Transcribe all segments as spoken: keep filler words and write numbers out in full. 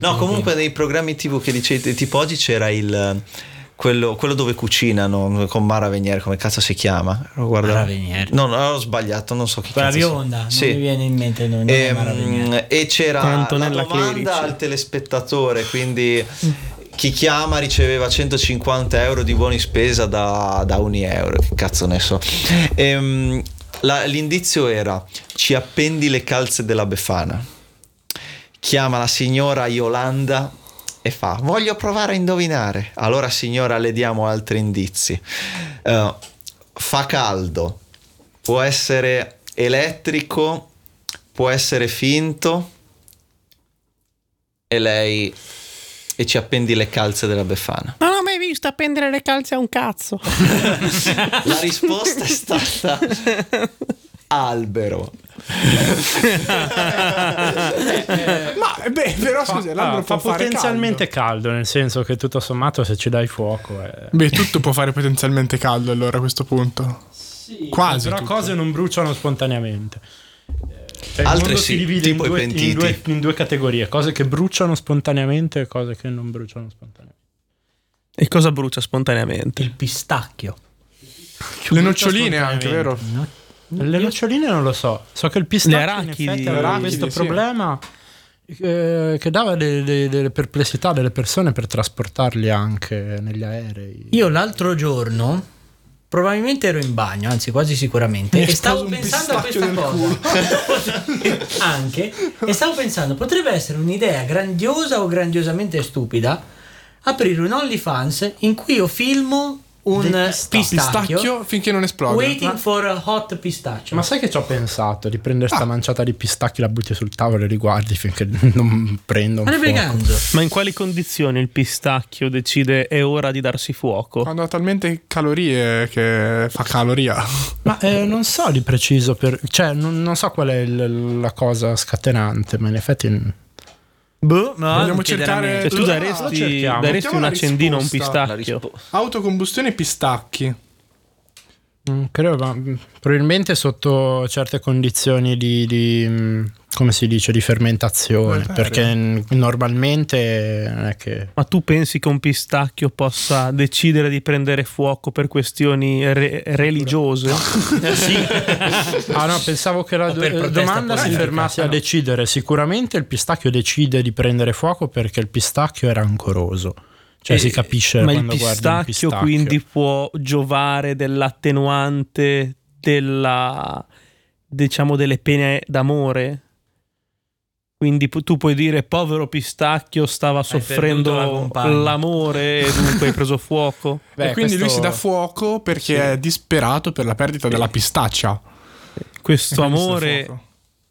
No, comunque nei programmi tivù che dicete, tipo oggi c'era il quello, quello dove cucinano con Mara Venier, come cazzo si chiama? Guarda. Mara Venier. No, no, ho sbagliato, non so chi quella cazzo. bionda, Sì. non mi viene in mente non è Mara Venier. E, e c'era Antonella la domanda Clerici. al telespettatore, quindi chi chiama riceveva centocinquanta euro di buoni spesa da, da ogni euro, che cazzo ne so. Ehm, la, l'indizio era: ci appendi le calze della Befana. Chiama la signora Yolanda e fa: voglio provare a indovinare. Allora signora, le diamo altri indizi. Uh, fa caldo, può essere elettrico, può essere finto, e lei e ci appendi le calze della Befana. Non ho mai visto appendere le calze a un cazzo. La risposta è stata albero. Ma beh, però scusa, l'albero fa può fare potenzialmente caldo. caldo, nel senso che tutto sommato se ci dai fuoco è... Beh, tutto può fare potenzialmente caldo allora a questo punto. Sì, quasi però tutto. cose non bruciano spontaneamente. Cioè, Altre il mondo sì, si divide in tipo i due, pentiti. in, due, in due categorie: cose che bruciano spontaneamente e cose che non bruciano spontaneamente. E cosa brucia spontaneamente? Il pistacchio. Le noccioline anche, vero? No? Le noccioline non lo so. So che il pistacchio Le arachidi, in effetti le aveva arachidi, questo sì. problema eh, che dava delle, delle, delle perplessità delle persone per trasportarli anche negli aerei. Io l'altro giorno probabilmente ero in bagno, anzi quasi sicuramente, Mi è e stavo esploso un pensando a pistacchio questa nel cosa anche, e stavo pensando potrebbe essere un'idea grandiosa o grandiosamente stupida aprire un OnlyFans in cui io filmo un Dei pistacchio, Pistacchio finché non esplode. waiting for a hot pistacchio. Ma sai che ci ho pensato di prendere sta Ah. manciata di pistacchi, la butti sul tavolo e li guardi finché non prendo un Ma ne fuoco. pregando. Ma in quali condizioni il pistacchio decide è ora di darsi fuoco? Quando ha talmente calorie che fa caloria. Ma eh, non so di preciso, per, cioè non, non so qual è il- la cosa scatenante, ma in effetti Boh, no, Vogliamo non chiedere a me. cercare- Cioè, tu Lo daresti, cerchiamo. daresti Mettiamo un la accendino a un risposta. La pistacchio? rispo- Autocombustione e pistacchi. mm, credo, ma, mm, probabilmente sotto certe condizioni di, di, mm, come si dice, di fermentazione, Beh, perché mm, normalmente non è che Ma tu pensi che un pistacchio possa decidere di prendere fuoco per questioni re- religiose? Sì. Ah no, pensavo che la O per do- protesta domanda si politica, fermasse a no? decidere. Sicuramente il pistacchio decide di prendere fuoco perché il pistacchio è rancoroso. Cioè Eh, si capisce Ma il quando guardi un pistacchio, pistacchio. quindi può giovare dell'attenuante della, diciamo, delle pene d'amore? Quindi pu- tu puoi dire povero pistacchio stava perduto la soffrendo compagna. l'amore e dunque hai preso fuoco. Beh, e quindi lui questo- si dà fuoco perché è disperato per la perdita della pistaccia. Questo E quindi si dà amore fuoco.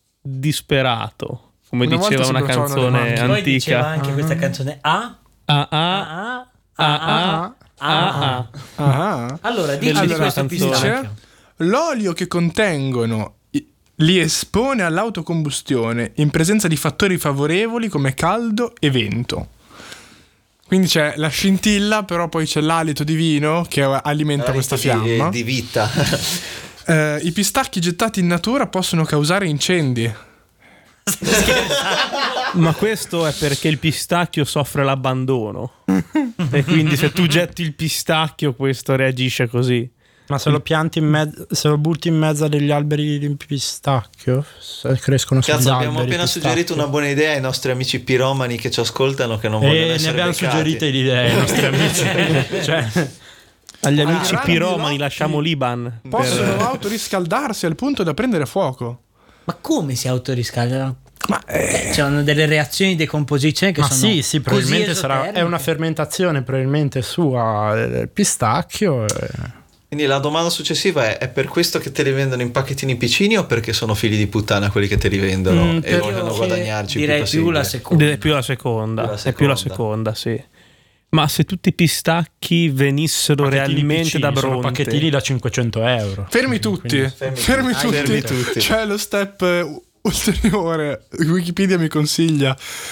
disperato, come Una diceva volta una si bruciavano le canzone mani. Poi diceva antica. anche questa canzone A Ah A ah A A ah A ah ah. Ah. Allora, dici di Bellissima questo canzone. pistacchio. L'olio che contengono i- li espone all'autocombustione in presenza di fattori favorevoli come caldo e vento. Quindi c'è la scintilla, però poi c'è l'alito divino che alimenta questa di, fiamma. di vita. Eh, I pistacchi gettati in natura possono causare incendi. Ma questo è perché il pistacchio soffre l'abbandono e quindi se tu getti il pistacchio questo reagisce così. Ma se lo pianti in mezzo, se lo butti in mezzo a degli alberi di pistacchio, se crescono sugli Cazzo, alberi. abbiamo appena pistacchio. suggerito una buona idea ai nostri amici piromani che ci ascoltano, che non vogliono E ne essere abbiamo beccati. suggerite di idee ai nostri amici. Cioè, Agli Ah, amici rani piromani di lasciamo Loki l'Iban. Possono per- autoriscaldarsi al punto da prendere fuoco. Ma come si autoriscaldano? Ma eh, Ci sono delle reazioni di decomposizione che ma sono sì, sì, probabilmente così sarà, è esoteriche. una fermentazione probabilmente sua del pistacchio. e- Quindi la domanda successiva è: è per questo che te li vendono in pacchettini piccini o perché sono figli di puttana quelli che te li vendono Mm, e per- vogliono Io guadagnarci direi più più la possibile? seconda. È più la seconda, Più la è più la seconda. seconda, sì. Ma se tutti i pistacchi venissero pacchettini realmente piccini, da sono Bronte, pacchettini da cinquecento euro. fermi tutti. Quindi- Fermi Fermi, tutti. tutti. Ah, fermi tutti. C'è lo step eh, ulteriore. Wikipedia mi consiglia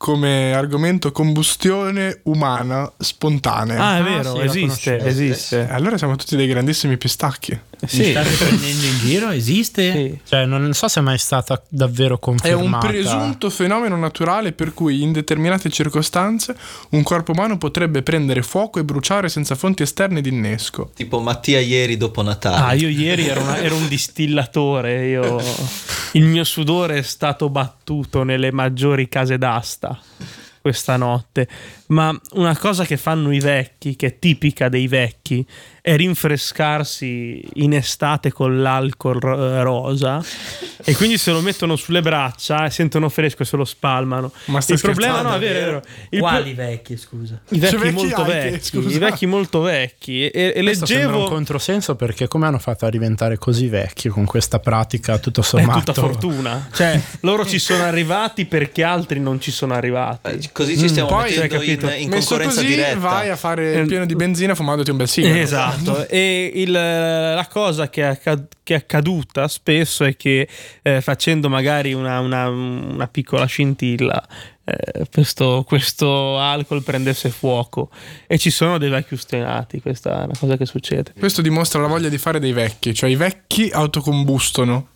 come argomento combustione umana spontanea. Ah, è Ah, vero, sì, la esiste, conoscevo. esiste. Allora siamo tutti dei grandissimi pistacchi. Mi Sì, state prendendo in giro? Esiste? sì. Cioè, non so se è mai stata davvero È confermata. un presunto fenomeno naturale per cui in determinate circostanze un corpo umano potrebbe prendere fuoco e bruciare senza fonti esterne di innesco. Tipo Mattia ieri dopo Natale. Ah, io ieri ero, una- ero un distillatore. Io... Il mio sudore è stato battuto nelle maggiori case d'asta questa notte. Ma una cosa che fanno i vecchi, che è tipica dei vecchi, è rinfrescarsi in estate con l'alcol ro- rosa, e quindi se lo mettono sulle braccia e sentono fresco e se lo spalmano. Ma stai Il problema scherzando? no, è vero, è vero. Il pro- Quali vecchi, scusa? I vecchi, Cioè, vecchi molto anche, vecchi, scusa. i vecchi molto vecchi. E, e Questo sembra un leggevo. controsenso, perché come hanno fatto a diventare così vecchi con questa pratica tutto È sommato? tutta fortuna. Cioè, loro ci sono arrivati perché altri non ci sono arrivati. Eh, Così ci stiamo Poi, mettendo hai capito? in, in Messo concorrenza così diretta. vai a fare Eh, il pieno di benzina fumandoti un bel sigaro. Esatto. E il- la cosa che è, accad- che è accaduta spesso è che eh, facendo magari una, una- una piccola scintilla, eh, questo, questo alcol prendesse fuoco, e ci sono dei vecchi ustionati. Questa è una cosa che succede. Questo dimostra la voglia di fare dei vecchi, cioè i vecchi autocombustono.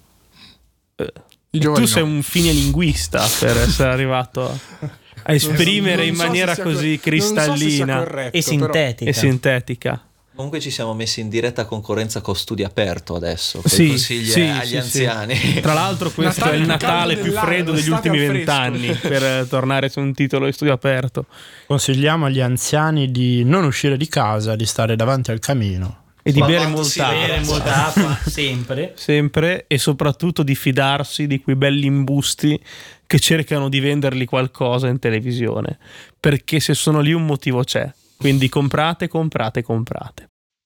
I giovani Tu sei no. un fine linguista per essere arrivato a, a esprimere Non in so se maniera sia così cor- non so se sia cristallina corretto, E però- sintetica. e sintetica. Comunque ci siamo messi in diretta concorrenza con Studio Aperto adesso, con Sì, consigli sì, agli sì, anziani. sì. Tra l'altro questo Natale è il più Natale caldo più dell'anno, freddo degli state ultimi al fresco. vent'anni, per eh, tornare su un titolo di Studio Aperto. Consigliamo agli anziani di non uscire di casa, di stare davanti al camino. E di Ma bere quando molta si acqua. Bere molta acqua, sempre. Sempre, e soprattutto di fidarsi di quei belli imbusti che cercano di venderli qualcosa in televisione, perché se sono lì un motivo c'è. Quindi comprate, comprate, comprate.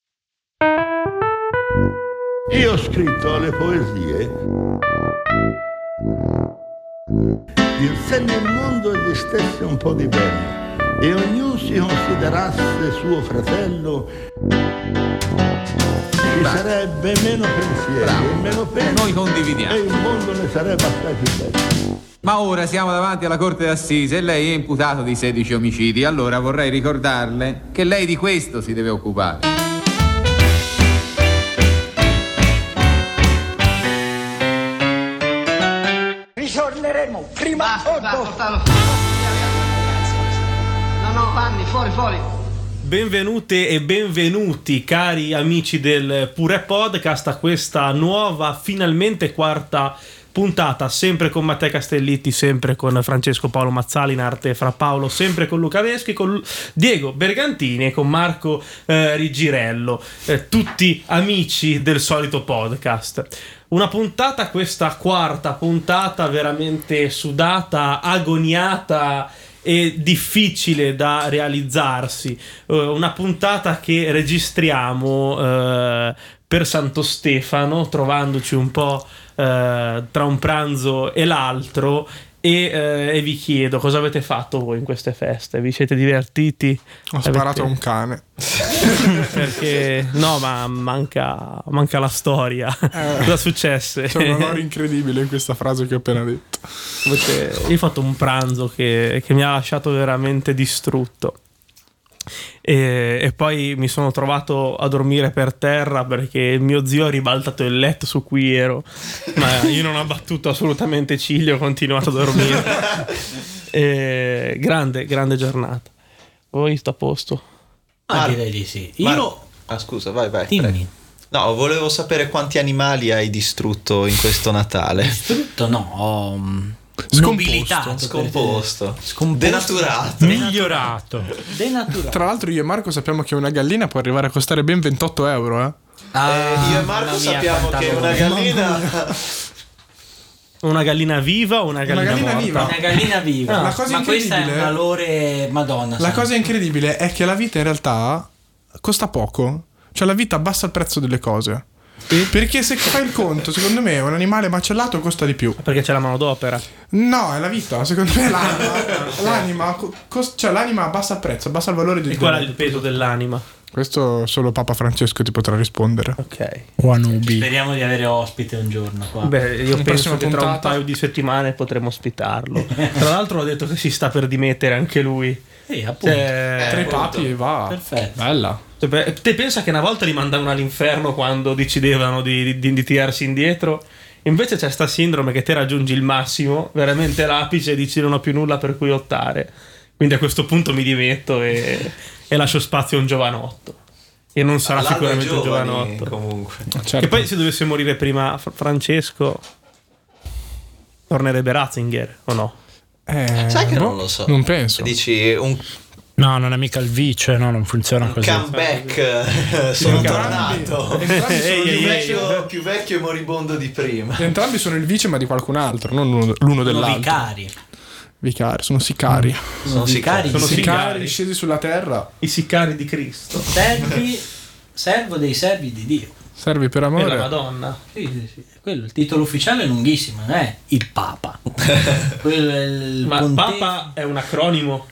Io ho scritto le poesie. Il sé nel mondo e gli stessi un po' di bene, e ognuno si considerasse suo fratello, ci sarebbe meno pensieri e meno pena, Noi condividiamo. e il mondo ne sarebbe assai più bello. Ma ora siamo davanti alla Corte d'Assise e lei è imputato di sedici omicidi. Allora vorrei ricordarle che lei di questo si deve occupare. Ritorneremo prima o dopo. portalo. No, no, Vanni, fuori, fuori. Benvenute e benvenuti cari amici del Pure Podcast a questa nuova, finalmente quarta puntata, sempre con Matteo Castellitti, sempre con Francesco Paolo Mazzali in arte Fra Paolo, sempre con Luca Veschi, con Diego Bergantini e con Marco eh, Rigirello, eh, tutti amici del solito podcast. Una puntata, questa quarta puntata, veramente sudata, agoniata e difficile da realizzarsi. Uh, una puntata che registriamo uh, per Santo Stefano, trovandoci un po' uh, tra un pranzo e l'altro. E, uh, e vi chiedo, cosa avete fatto voi in queste feste? Vi siete divertiti? Ho sparato a un cane. Perché no, ma manca, manca la storia. Cosa successe? C'è un onore incredibile in questa frase che ho appena detto. Io ho fatto un pranzo che, che mi ha lasciato veramente distrutto. E, e poi mi sono trovato a dormire per terra perché mio zio ha ribaltato il letto su cui ero, ma io non ho battuto assolutamente ciglio, ho continuato a dormire. E, grande, grande giornata. Voi sto a posto? Ah, Mar- direi di sì. Mar- Io... Ah, scusa, vai, vai. Dimmi. prego. No, volevo sapere quanti animali hai distrutto in questo Natale. Distrutto no, ho mm, Scomposto. nobilitato, Scomposto, Scomposto. denaturato. Migliorato. denaturato. Tra l'altro io e Marco sappiamo che una gallina può arrivare a costare ben ventotto euro, eh? Ah, Eh, io e Marco mamma mia, sappiamo quanta che roba. una gallina Una gallina viva o una gallina, gallina morta? viva. Una gallina viva. La cosa Ma questa è un incredibile- valore Madonna. La sai. cosa incredibile è che la vita in realtà costa poco. Cioè la vita abbassa il prezzo delle cose. Perché se fai il conto, secondo me un animale macellato costa di più. Perché c'è la manodopera. No, è la vita, secondo me è l'anima. l'anima, cos- cioè l'anima abbassa il prezzo, abbassa il valore di E qual è il peso dell'anima? Questo solo Papa Francesco ti potrà rispondere. Ok. Wanubi. Speriamo di avere ospite un giorno qua. Beh, io In penso prossima che tra un puntata- paio di settimane potremo ospitarlo. Tra l'altro ho detto che si sta per dimettere anche lui. Sì, appunto. Cioè, Tre papi, va. Perfetto. Bella. Cioè, beh, te pensa che una volta li mandavano all'inferno quando decidevano di, di, di tirarsi indietro? Invece c'è sta sindrome che te raggiungi il massimo, veramente l'apice, e dici non ho più nulla per cui lottare. Quindi a questo punto mi dimetto e, e lascio spazio a un giovanotto. E non sarà All'alba sicuramente un giovani, giovanotto. comunque. Certo. Che poi se dovesse morire prima Fra- Francesco, tornerebbe Ratzinger o no? Eh, Sai che boh, non lo so. Non penso. Dici un, No, non è mica il vice, no, non funziona un così. comeback. Sono Entrambi- tornato. entrambi sono Ehi, più, ehi, ehi. vecchio, più vecchio e moribondo di prima. Entrambi sono il vice, ma di qualcun altro, non l'uno, l'uno Sono dell'altro. vicari. Vicari, sono sicari. Sono vicari. Sono Sì. Sicari sicari. scesi sulla terra. I sicari di Cristo. Servi, servo dei servi di Dio. Servi per E la amore. Madonna. Sì, sì, sì. Quello, il titolo ufficiale è lunghissimo, non è il Papa. Quello è il Ma ponte- Papa è un acronimo.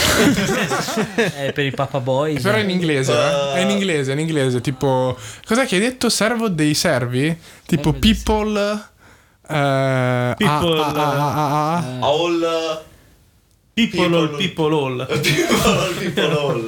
è per i Papa Boys. Però è in inglese, eh? È in inglese, è in inglese. Tipo, cos'è che hai detto? Servo dei servi? Tipo Servo dei people. eh, People, ah, ah, ah, ah, ah. All People, People- all, people all. people, people all.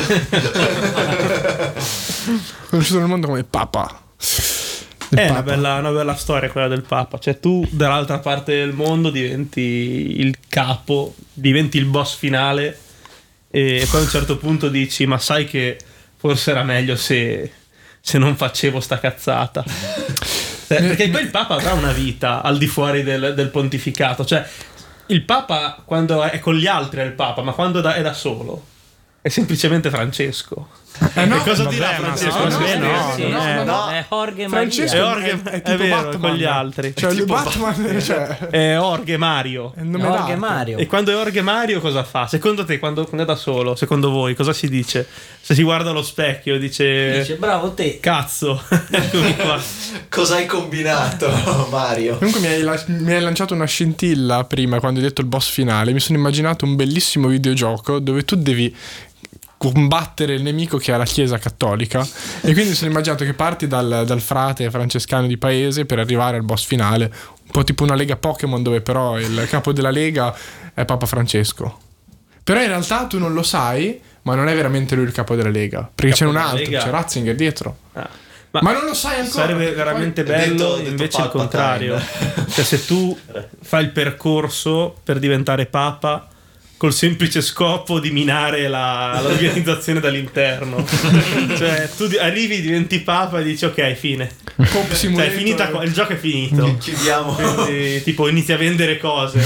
Conosciuto nel mondo come Papa. Il È una Papa. bella, una bella storia quella del Papa. Cioè, tu dall'altra parte del mondo diventi il capo, diventi il boss finale, e poi a un certo punto dici: ma sai che forse era meglio se, se non facevo sta cazzata. Eh, Perché poi il Papa avrà una vita al di fuori del, del pontificato. Cioè, il Papa quando è con gli altri è il Papa, ma quando da- è da solo è semplicemente Francesco. Eh no, Che cosa vabbè, dirà ma Francesco? secondo Sì, me no, sì, non sì. è- no. È Jorge Francesco È Maria. Orge- è, è è tipo vero, Batman con gli altri. Cioè il Tipo Batman, cioè, È Orge Mario. è il nome Jorge d'arte. Mario. E quando è Orge Mario cosa fa? Secondo te, quando, quando è da solo, secondo voi, cosa si dice? Se si guarda allo specchio dice: Dice bravo te. cazzo, eccomi qua. Cosa hai combinato, Mario? Comunque mi hai, la- mi hai lanciato una scintilla prima quando hai detto il boss finale. Mi sono immaginato un bellissimo videogioco dove tu devi combattere il nemico che è la Chiesa cattolica, e quindi mi sono immaginato che parti dal, dal frate francescano di paese per arrivare al boss finale, un po' tipo una lega Pokémon dove però il capo della lega è Papa Francesco. Però in realtà tu non lo sai, ma non è veramente lui il capo della lega, perché Capo c'è un della altro, Lega? c'è Ratzinger dietro. Ah, Ma non lo sai ancora, Sarebbe perché veramente poi- bello detto- detto invece il Palpatine. contrario. Cioè, se tu fai il percorso per diventare Papa col semplice scopo di minare la- l'organizzazione dall'interno. Cioè, tu di- arrivi, diventi Papa e dici: ok, fine. Pop Cioè, Simulator- è finita qua, il gioco è finito. Chiudiamo. Quindi, tipo, inizi a vendere cose.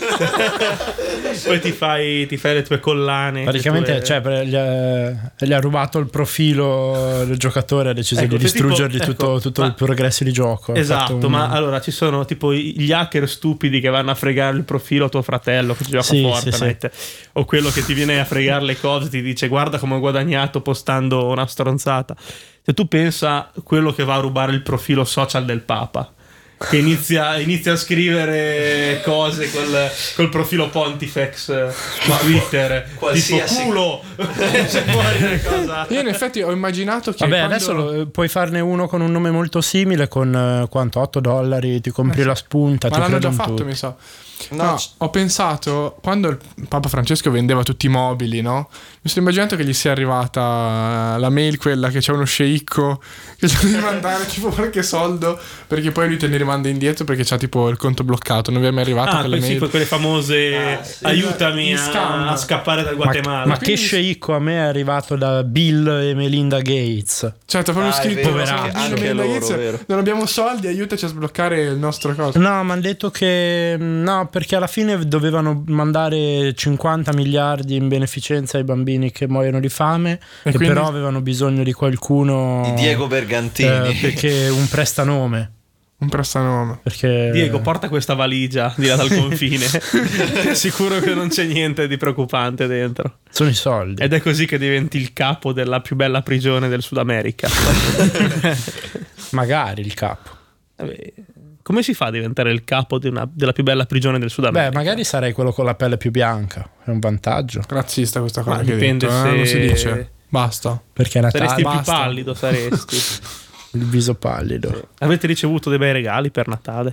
Poi ti fai, ti fai le tue collane. Praticamente le tue- cioè, per- gli, ha, gli ha rubato il profilo del giocatore, ha deciso Ecco, di se tipo- distruggergli ecco, tutto, tutto ma- il progresso di gioco. Ha fatto Esatto, un- ma allora ci sono tipo gli hacker stupidi che vanno a fregare il profilo a tuo fratello che gioca Sì, a Fortnite, o quello che ti viene a fregare le cose, ti dice: guarda come ho guadagnato postando una stronzata. Se tu pensa quello che va a rubare il profilo social del Papa, che inizia, inizia a scrivere cose col, col profilo Pontifex eh, su Twitter, tipo qualsiasi- culo. C'è fuori una cosa. Io in effetti ho immaginato che Vabbè, quando- adesso lo- puoi farne uno con un nome molto simile, con eh, quanto? otto dollari, ti compri la spunta, Ma ti l'hanno già credono fatto, tutti. mi sa. No, No, c- ho pensato, quando il Papa Francesco vendeva tutti i mobili, no? Mi sono immaginato che gli sia arrivata la mail, quella che c'è uno sceicco che ci deve mandare tipo qualche soldo, perché poi lui te ne rimanda indietro perché c'ha tipo il conto bloccato. Non vi è mai arrivata Ah, quella que- sì, mail? quelle famose Ah, sì. aiutami Gli a, scam. a scappare dal Ma, Guatemala. ma che Quindi- sceicco a me è arrivato da Bill e Melinda Gates. Cioè, ti ho proprio Ah, è scritto: vero, "Siamo anche- Bill e anche Melinda loro, Gates, vero. non abbiamo soldi, aiutaci a sbloccare il nostro coso." No, mi hanno detto che no, perché alla fine dovevano mandare cinquanta miliardi in beneficenza ai bambini che muoiono di fame, E e quindi- però avevano bisogno di qualcuno, di Diego Bergantini. eh, perché un prestanome. Un prestanome. Perché Diego, porta questa valigia di là dal confine. Ti assicuro che non c'è niente di preoccupante dentro. sono i soldi. Ed è così che diventi il capo della più bella prigione del Sud America. Magari il capo. Vabbè, come si fa a diventare il capo di una, della più bella prigione del Sud America? Beh, magari sarei quello con la pelle più bianca, è un vantaggio. Razzista questa cosa Ma che hai dipende detto, se... eh? Non si dice. Basta. Perché è Natale. Saresti più basta. pallido, saresti. Il viso pallido. Sì. Avete ricevuto dei bei regali per Natale?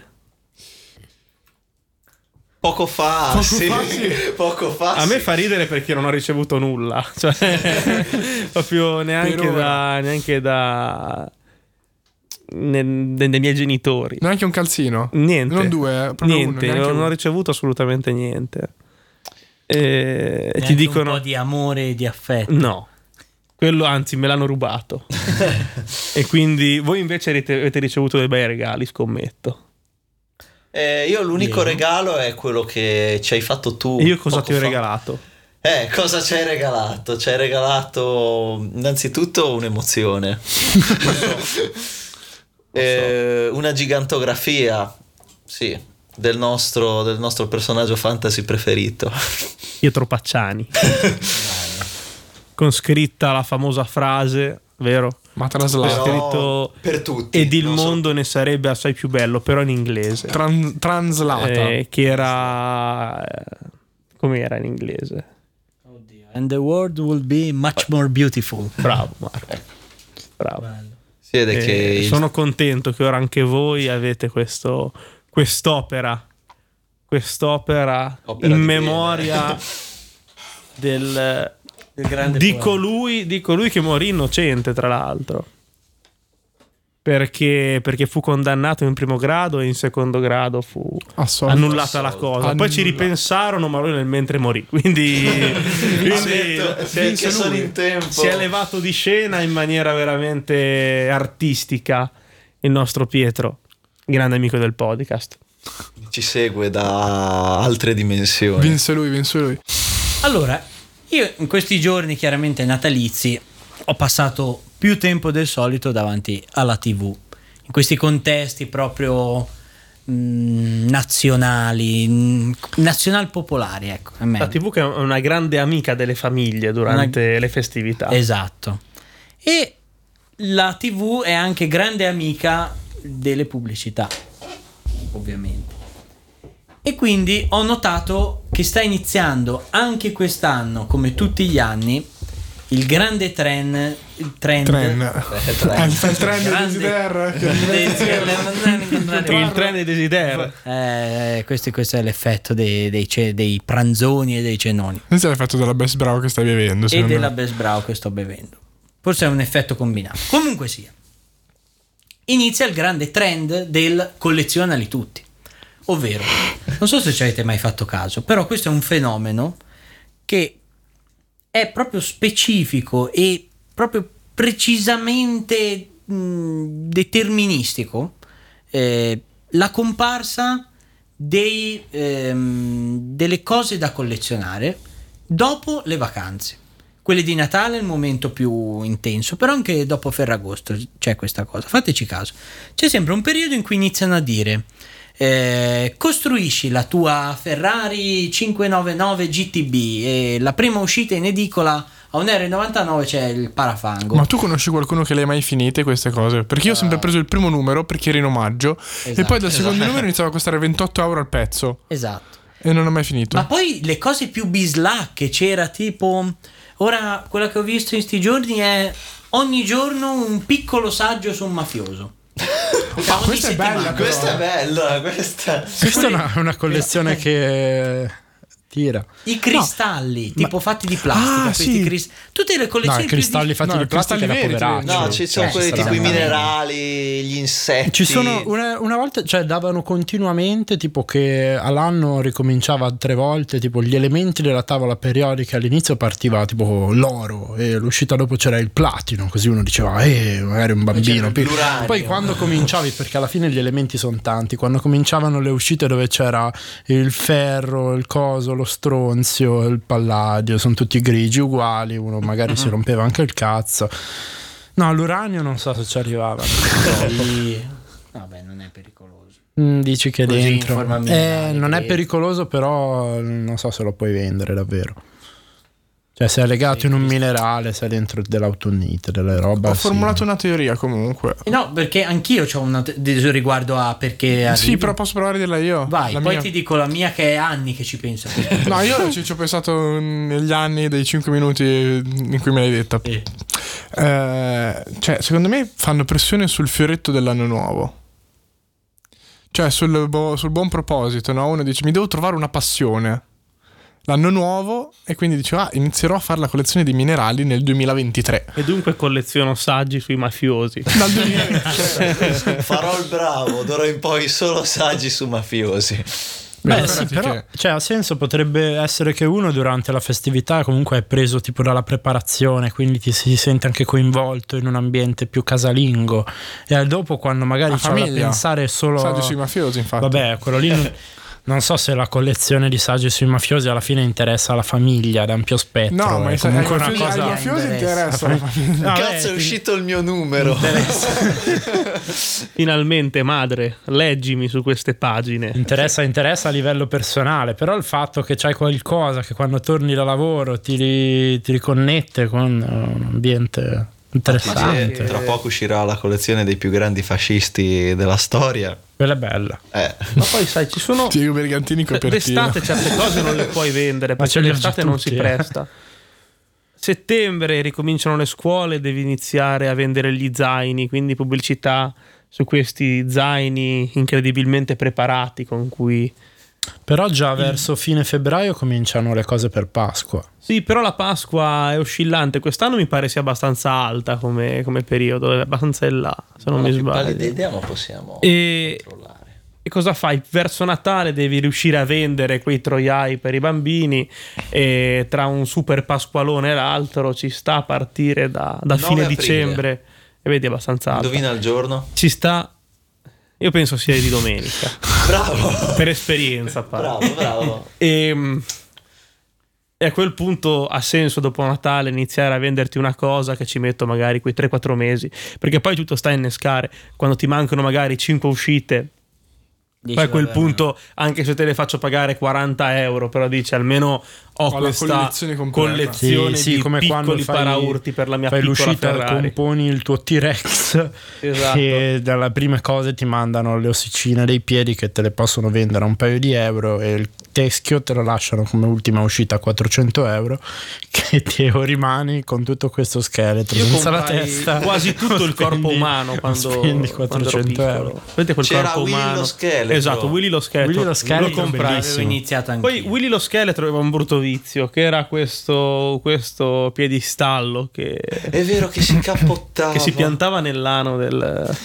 Poco fa, Poco sì. fa, sì. Poco fa, A me sì. fa ridere perché non ho ricevuto nulla, cioè proprio neanche Per ora. da neanche da ne- ne- dei miei genitori. Neanche un calzino? Niente. Non due, eh, proprio Niente, uno, neanche non uno. ho ricevuto assolutamente niente. E Neanche ti dicono un po' di amore e di affetto. no. Quello anzi me l'hanno rubato. E quindi voi invece avete, avete ricevuto dei bei regali, scommetto. Eh, io l'unico Io. regalo è quello che ci hai fatto tu. E io cosa poco ti ho fa. regalato? Eh, cosa ci hai regalato? Ci hai regalato innanzitutto un'emozione. Eh, una gigantografia, sì, del nostro, del nostro personaggio fantasy preferito. Pietro Pacciani. Con scritta la famosa frase, vero? Ma traslato. Però- scritto per tutti. Ed il non solo- mondo ne sarebbe assai più bello, però in inglese. Tran- translata. Eh, che era... eh, com'era in inglese? And the world will be much more beautiful. Bravo Marco. Bravo. Si vede Eh, che il- sono contento che ora anche voi avete questo, quest'opera. Quest'opera Opera in di memoria del... Il grande di poeta. colui, di colui che morì innocente, tra l'altro, perché, perché fu condannato in primo grado e in secondo grado fu Assolto. annullata la cosa. Poi ci Annulla. ripensarono, ma lui nel mentre morì. Quindi, quindi detto, si, è, finché sono in tempo. si è levato di scena in maniera veramente artistica il nostro Pietro, grande amico del podcast. ci segue da altre dimensioni. Vinse lui, vinse lui. Allora, io in questi giorni chiaramente natalizi ho passato più tempo del solito davanti alla tivù, in questi contesti proprio mh, nazionali, mh, nazional popolari, ecco. è meglio. La tivù che è una grande amica delle famiglie durante Una- le festività. Esatto. E la tivù è anche grande amica delle pubblicità, ovviamente. E quindi ho notato che sta iniziando anche quest'anno, come tutti gli anni, il grande trend. Il trend. Tren. Eh, tre. Eh, fa il tren di Grande- Desider. Il treno dei desideri. Eh, questo, questo è l'effetto dei, dei, ce- dei pranzoni e dei cenoni. Questo è l'effetto della Best Bravo che stai bevendo. E secondo della me. Best Brau che sto bevendo. Forse è un effetto combinato. Comunque sia, inizia il grande trend del collezionali tutti. Ovvero, non so se ci avete mai fatto caso, però questo è un fenomeno che è proprio specifico e proprio precisamente mh, deterministico. Eh, la comparsa dei, ehm, delle cose da collezionare dopo le vacanze. Quelle di Natale è il momento più intenso, però anche dopo Ferragosto c'è questa cosa. Fateci caso. C'è sempre un periodo in cui iniziano a dire eh, costruisci la tua Ferrari cinquecentonovantanove G T B e la prima uscita in edicola a un euro e novantanove c'è il parafango. Ma tu conosci qualcuno che le hai mai finite queste cose? Perché io ho sempre preso il primo numero perché era in omaggio e Esatto, poi dal secondo esatto. numero iniziava a costare ventotto euro al pezzo Esatto. e non ho mai finito. Ma poi le cose più bislacche, c'era tipo, ora quella che ho visto in sti giorni è ogni giorno un piccolo saggio su un mafioso. Ah, Ogni questa è settimana. bella, però. Questa è bella, questa. Questa è una, una collezione che tira. I cristalli, tipo fatti di plastica, Ah, questi sì. cris- tutte le No, collezioni i più cristalli di- fatti No, di i plastica cristalli da veri, poveraccio. No, ci sono Eh, quelli tipo i esattamente. minerali, gli insetti. Ci sono una, una volta, cioè davano continuamente tipo che all'anno ricominciava tre volte, tipo gli elementi della tavola periodica all'inizio partiva tipo l'oro e l'uscita dopo c'era il platino, così uno diceva eh magari un bambino. c'era l'uranio. Poi quando cominciavi, perché alla fine gli elementi sono tanti, quando cominciavano le uscite dove c'era il ferro, il coso, lo stronzio, il palladio, sono tutti grigi uguali, uno magari si rompeva anche il cazzo. No, l'uranio non so se ci arrivava. Sì. Vabbè, non è pericoloso. Mm, dici che Così dentro in forma eh, minerale, non è che- pericoloso, però non so se lo puoi vendere davvero. Cioè se è legato sì, in un minerale, sei dentro dell'autunite, delle robe. Ho sì. formulato una teoria comunque. No, perché anch'io ho una te- riguardo a perché arrivi. Sì, però posso provare a dirla io. Vai, la poi mia... ti dico la mia che è anni che ci penso. No, io ci, ci ho pensato negli anni dei cinque minuti in cui me l'hai detta. Sì. Eh, cioè, secondo me fanno pressione sul fioretto dell'anno nuovo. Cioè, sul, bo- sul buon proposito, no? Uno dice, mi devo trovare una passione. L'anno nuovo, e quindi dice, ah, inizierò a fare la collezione di minerali nel duemilaventitré. E dunque colleziono saggi sui mafiosi. Dal duemilaventitré. Farò il bravo, d'ora in poi solo saggi su mafiosi. Beh, Beh, sì, però che... cioè, ha senso, potrebbe essere che uno durante la festività comunque è preso tipo dalla preparazione, quindi ti si sente anche coinvolto in un ambiente più casalingo, e dopo quando magari c'è da pensare solo saggi sui mafiosi, infatti. Vabbè, quello lì non... Non so se la collezione di saggi sui mafiosi alla fine interessa alla famiglia, ad ampio spettro. No, ma è i comunque mafiosi, una cosa. ai mafiosi interessa la famiglia. No, Cazzo, beh, è uscito il mio numero. Finalmente, madre, leggimi su queste pagine. Interessa, interessa a livello personale, però il fatto che c'hai qualcosa che quando torni da lavoro ti, ri, ti riconnette con un ambiente interessante. Sì, tra poco uscirà la collezione dei più grandi fascisti della storia. Quella è bella. Eh. Ma poi sai, ci sono Diego Bergantini copertina. d'estate certe cose non le puoi vendere Ma perché ce li ha l'estate già non tutti, si eh. presta. Settembre ricominciano le scuole, devi iniziare a vendere gli zaini, quindi pubblicità su questi zaini incredibilmente preparati con cui... Però già verso fine febbraio cominciano le cose per Pasqua. Sì, però la Pasqua è oscillante. Quest'anno mi pare sia abbastanza alta come, come periodo, è abbastanza in là, se non, non mi ho più sbaglio. pallida idea, ma possiamo E... controllare. E cosa fai? Verso Natale devi riuscire a vendere quei troiai per i bambini, e tra un super pasqualone e l'altro ci sta a partire da, da fine aprile. dicembre, e vedi abbastanza alta. Indovina il giorno? Ci sta, io penso sia di domenica. Bravo. Per esperienza, parlo. Bravo, bravo. E, e a quel punto ha senso dopo Natale iniziare a venderti una cosa che ci metto magari quei tre quattro mesi, perché poi tutto sta a innescare. Quando ti mancano magari cinque uscite, Dici, poi a quel vabbè, punto, anche se te le faccio pagare quaranta euro, però dici almeno ho, Ho la questa collezione completa. collezione Sì, sì, di come quando piccoli fai- paraurti per la mia Fai piccola l'uscita, Ferrari. componi il tuo T-Rex, Esatto. e dalle prime cose ti mandano le ossicine dei piedi che te le possono vendere a un paio di euro, e il teschio te lo lasciano come ultima uscita a quattrocento euro, che ti rimani con tutto questo scheletro Io senza la comprai testa, quasi tutto il corpo Spendi- umano quando, spendi quando ero quattrocento piccolo. euro. Vedete quel C'era corpo Willy umano? lo scheletro. Esatto, Willy lo scheletro. Willy lo scheletro, lo comprai. bellissimo. Avevo iniziato anche. Poi Willy lo scheletro aveva un brutto vizio, che era questo, questo piedistallo che, È vero che si cappottava. che si piantava nell'ano del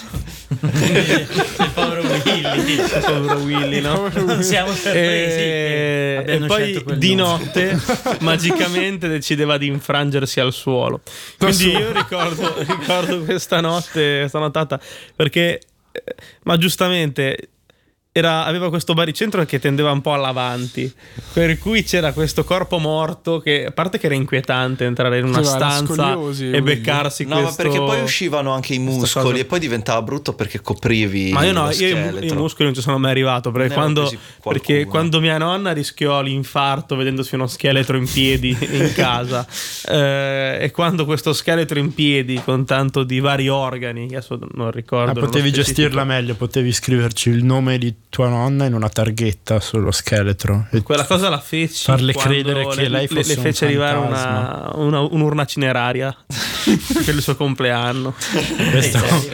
il povero Willy. del povero Willy, no? Non siamo sorpresi che E, abbiano e poi scelto quel di nome. notte magicamente decideva di infrangersi al suolo. Quindi io ricordo, ricordo questa notte, questa nottata, perché eh, ma giustamente era, aveva questo baricentro che tendeva un po' all'avanti, per cui c'era questo corpo morto che, a parte che era inquietante entrare in una Sì, ma era stanza scoliosi, e Willy. beccarsi No, questo... ma perché poi uscivano anche i muscoli cosa. e poi diventava brutto perché coprivi. Ma io no, lo io i mu- scheletro. i muscoli non ci sono mai arrivato, perché, Ne avevo quando, presi qualcuno. perché quando mia nonna rischiò l'infarto vedendosi uno scheletro in piedi in casa, eh, e quando questo scheletro in piedi con tanto di vari organi, adesso non ricordo, Ah, nello potevi specifico. gestirla meglio, potevi scriverci il nome di tua nonna in una targhetta sullo scheletro e Quella cosa la feci farle quando credere che le, lei le- fosse le un fece arrivare fantasma. una, una- un'urna cineraria per il suo compleanno. Questo-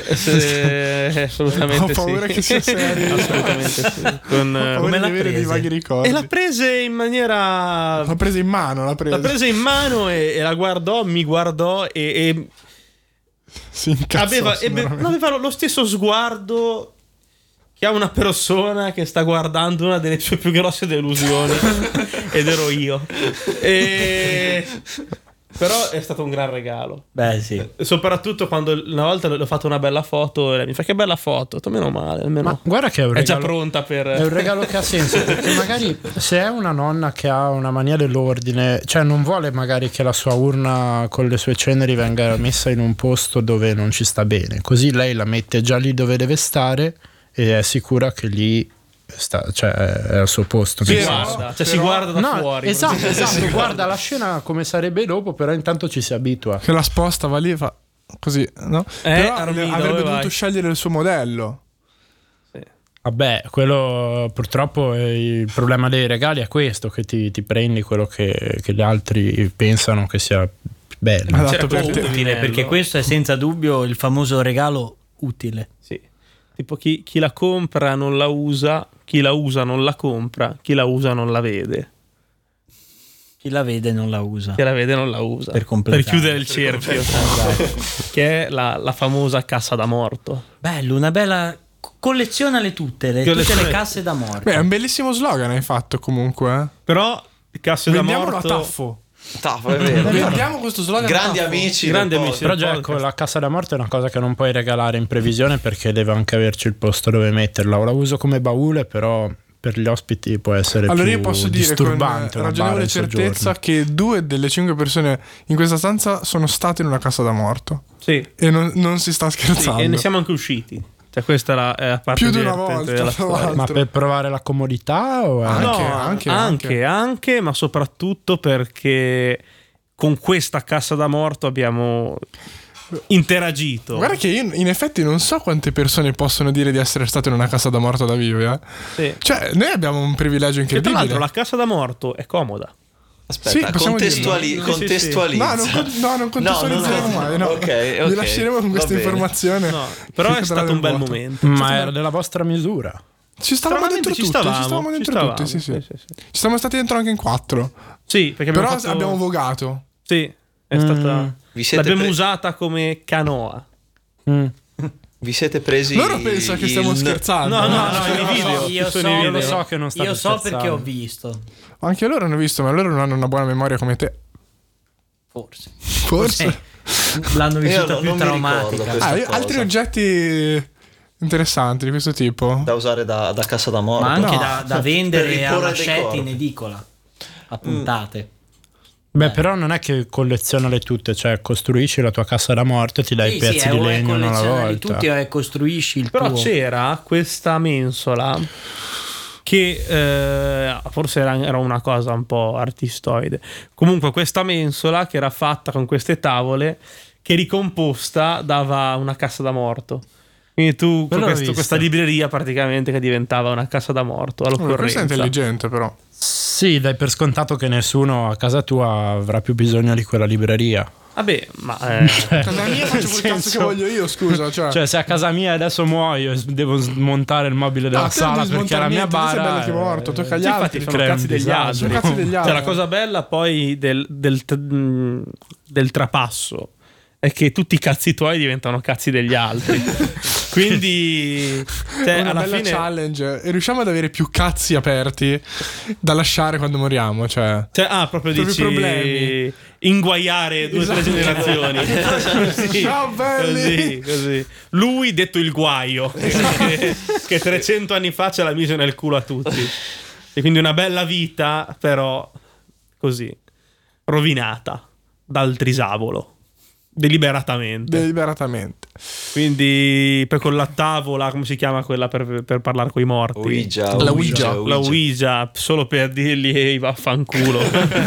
Eh, assolutamente Ho paura sì. che sia serio. Assolutamente sì. Con, Ho eh, paura di l'ha avere dei prese? vaghi ricordi. e l'ha prese in maniera L'ha presa in mano, l'ha presa. l'ha presa in mano e, e la guardò, mi guardò e, e Si incazzò aveva, ebbe- sicuramente. aveva lo stesso sguardo che ha una persona che sta guardando una delle sue più grosse delusioni ed ero io. E... Però è stato un gran regalo. Beh, sì. Soprattutto quando una volta le ho fatto una bella foto e lei mi fa: che bella foto. Ho detto, meno male, almeno Ma guarda che è un è già regalo, pronta per... è un regalo che ha senso, perché magari se è una nonna che ha una mania dell'ordine, cioè non vuole magari che la sua urna con le sue ceneri venga messa in un posto dove non ci sta bene, così lei la mette già lì dove deve stare e è sicura che lì sta, cioè è al suo posto. Si nel guarda, senso. cioè però- si guarda da No, fuori. esatto, esatto, guarda la scena come sarebbe dopo, però intanto ci si abitua. Che la sposta, va lì e fa così, no? Però Armi, avrebbe dove dovuto vai? scegliere il suo modello. Vabbè, quello purtroppo è il problema dei regali è questo, che ti, ti prendi quello che, che gli altri pensano che sia bello. Adatto Cioè, per te. utile, perché questo è senza dubbio il famoso regalo utile. Sì. Tipo chi, chi la compra non la usa, chi la usa non la compra, chi la usa non la vede. Chi la vede non la usa. Chi la vede non la usa. Per completare. Per chiudere il cerchio. Che è la, la famosa cassa da morto. Bello, una bella... Collezionale tutte le, tutte Colleziona- le casse da morte. Beh, è un bellissimo slogan hai fatto comunque. Eh. Però casse da Vendiamolo a morto... Taffo. Taffo, è vero. Vendiamo questo slogan. Grandi a Taffo. amici, Grandi del amici. podcast. Però già ecco, la cassa da morte è una cosa che non puoi regalare in previsione perché deve anche averci il posto dove metterla. O la uso come baule, però per gli ospiti può essere Allora più io posso dire con disturbante una ragionevole bara in certezza soggiorno. che due delle cinque persone in questa stanza sono state in una cassa da morto. Sì. E non, non si sta Sì, scherzando. e ne siamo anche usciti. Cioè questa è la, è la parte Più di una divertente volta, della tra storia. l'altro. Ma per provare la comodità o è... Anche, No, anche, anche, anche. anche, ma soprattutto perché con questa cassa da morto abbiamo interagito. Guarda che io in effetti non so quante persone possono dire di essere state in una casa da morto da vivi, eh. Sì. Cioè, noi abbiamo un privilegio Che tra incredibile. l'altro la cassa da morto è comoda. Aspetta, Sì, possiamo contestuali- dirlo. Sì, sì, sì. contestualizza. No, non, con- no, non contestualizzeremo No, no, no. mai. No. Ok, Vi ok, lasceremo con va questa bene. informazione. No, però Che è stato cadrà un bel nel vuoto. momento. Ma era della vostra misura. Ci stavamo Stranamente dentro ci tutti. stavamo, ci stavamo ci dentro stavamo, tutti. Sì, sì. sì, sì, sì. Ci siamo stati dentro anche in quattro. Sì, perché abbiamo Però fatto... abbiamo vogato. Sì, è stata... Vi siete L'abbiamo pre- usata come canoa. Mm. Vi siete presi Loro pensano che stiamo il- scherzando. No, no, no, Cioè, i no, video. no. Io Sono so, i video. Lo so che non state io so scherzando. perché ho visto. Anche loro hanno visto, ma loro non hanno una buona memoria come te. Forse. Forse. L'hanno Io vissuta non- più non mi ricordo traumatica. questa Ah, io- cosa. altri oggetti interessanti di questo tipo. da usare da, da cassa da morto. Ma anche No. da, da Per vendere riporre a dei lascetti corpi. in edicola. A puntate. Beh, però non è che collezionale tutte, cioè costruisci la tua cassa da morte e ti dai Sì, i pezzi sì, di è- o è legno una alla collezionali volta. tutti o è costruisci il Però tuo. c'era questa mensola che eh, forse era, era una cosa un po' artistoide. Comunque questa mensola che era fatta con queste tavole che ricomposta dava una cassa da morto. Quindi tu con Quello l'ho questo- visto. questa libreria praticamente che diventava una cassa da morto Oh, questo è all'occorrenza. intelligente, però. Sì, dai per scontato che nessuno a casa tua avrà più bisogno di quella libreria. Vabbè, ma eh, Casa mia faccio quel cazzo che voglio io, scusa. Cioè, Cioè, se a casa mia adesso muoio e s- devo smontare il mobile della Ah, te non sala devi perché la mia smontare niente, tu sei bara. bello che è morto, tocca agli sì, altri. infatti sono crea un cazzi degli disagio. altri. Sono cazzi degli Cioè, altri. la cosa bella poi del, del, mm, del trapasso è che tutti i cazzi tuoi diventano cazzi degli altri. Quindi, cioè, È una alla bella fine, challenge. E riusciamo ad avere più cazzi aperti da lasciare quando moriamo. Cioè, cioè, ah, proprio Proprio dici problemi. inguaiare due o tre Esatto. generazioni. Così, Ciao, belli. così, così. Lui detto il guaio, che, che trecento anni fa ce l'ha mise nel culo a tutti. E quindi una bella vita, però così, rovinata dal trisavolo. Deliberatamente. deliberatamente. Quindi per con la tavola, come si chiama quella per, per parlare con i morti? Ouija, La Ouija, Ouija. La Ouija, solo per dirgli ehi vaffanculo.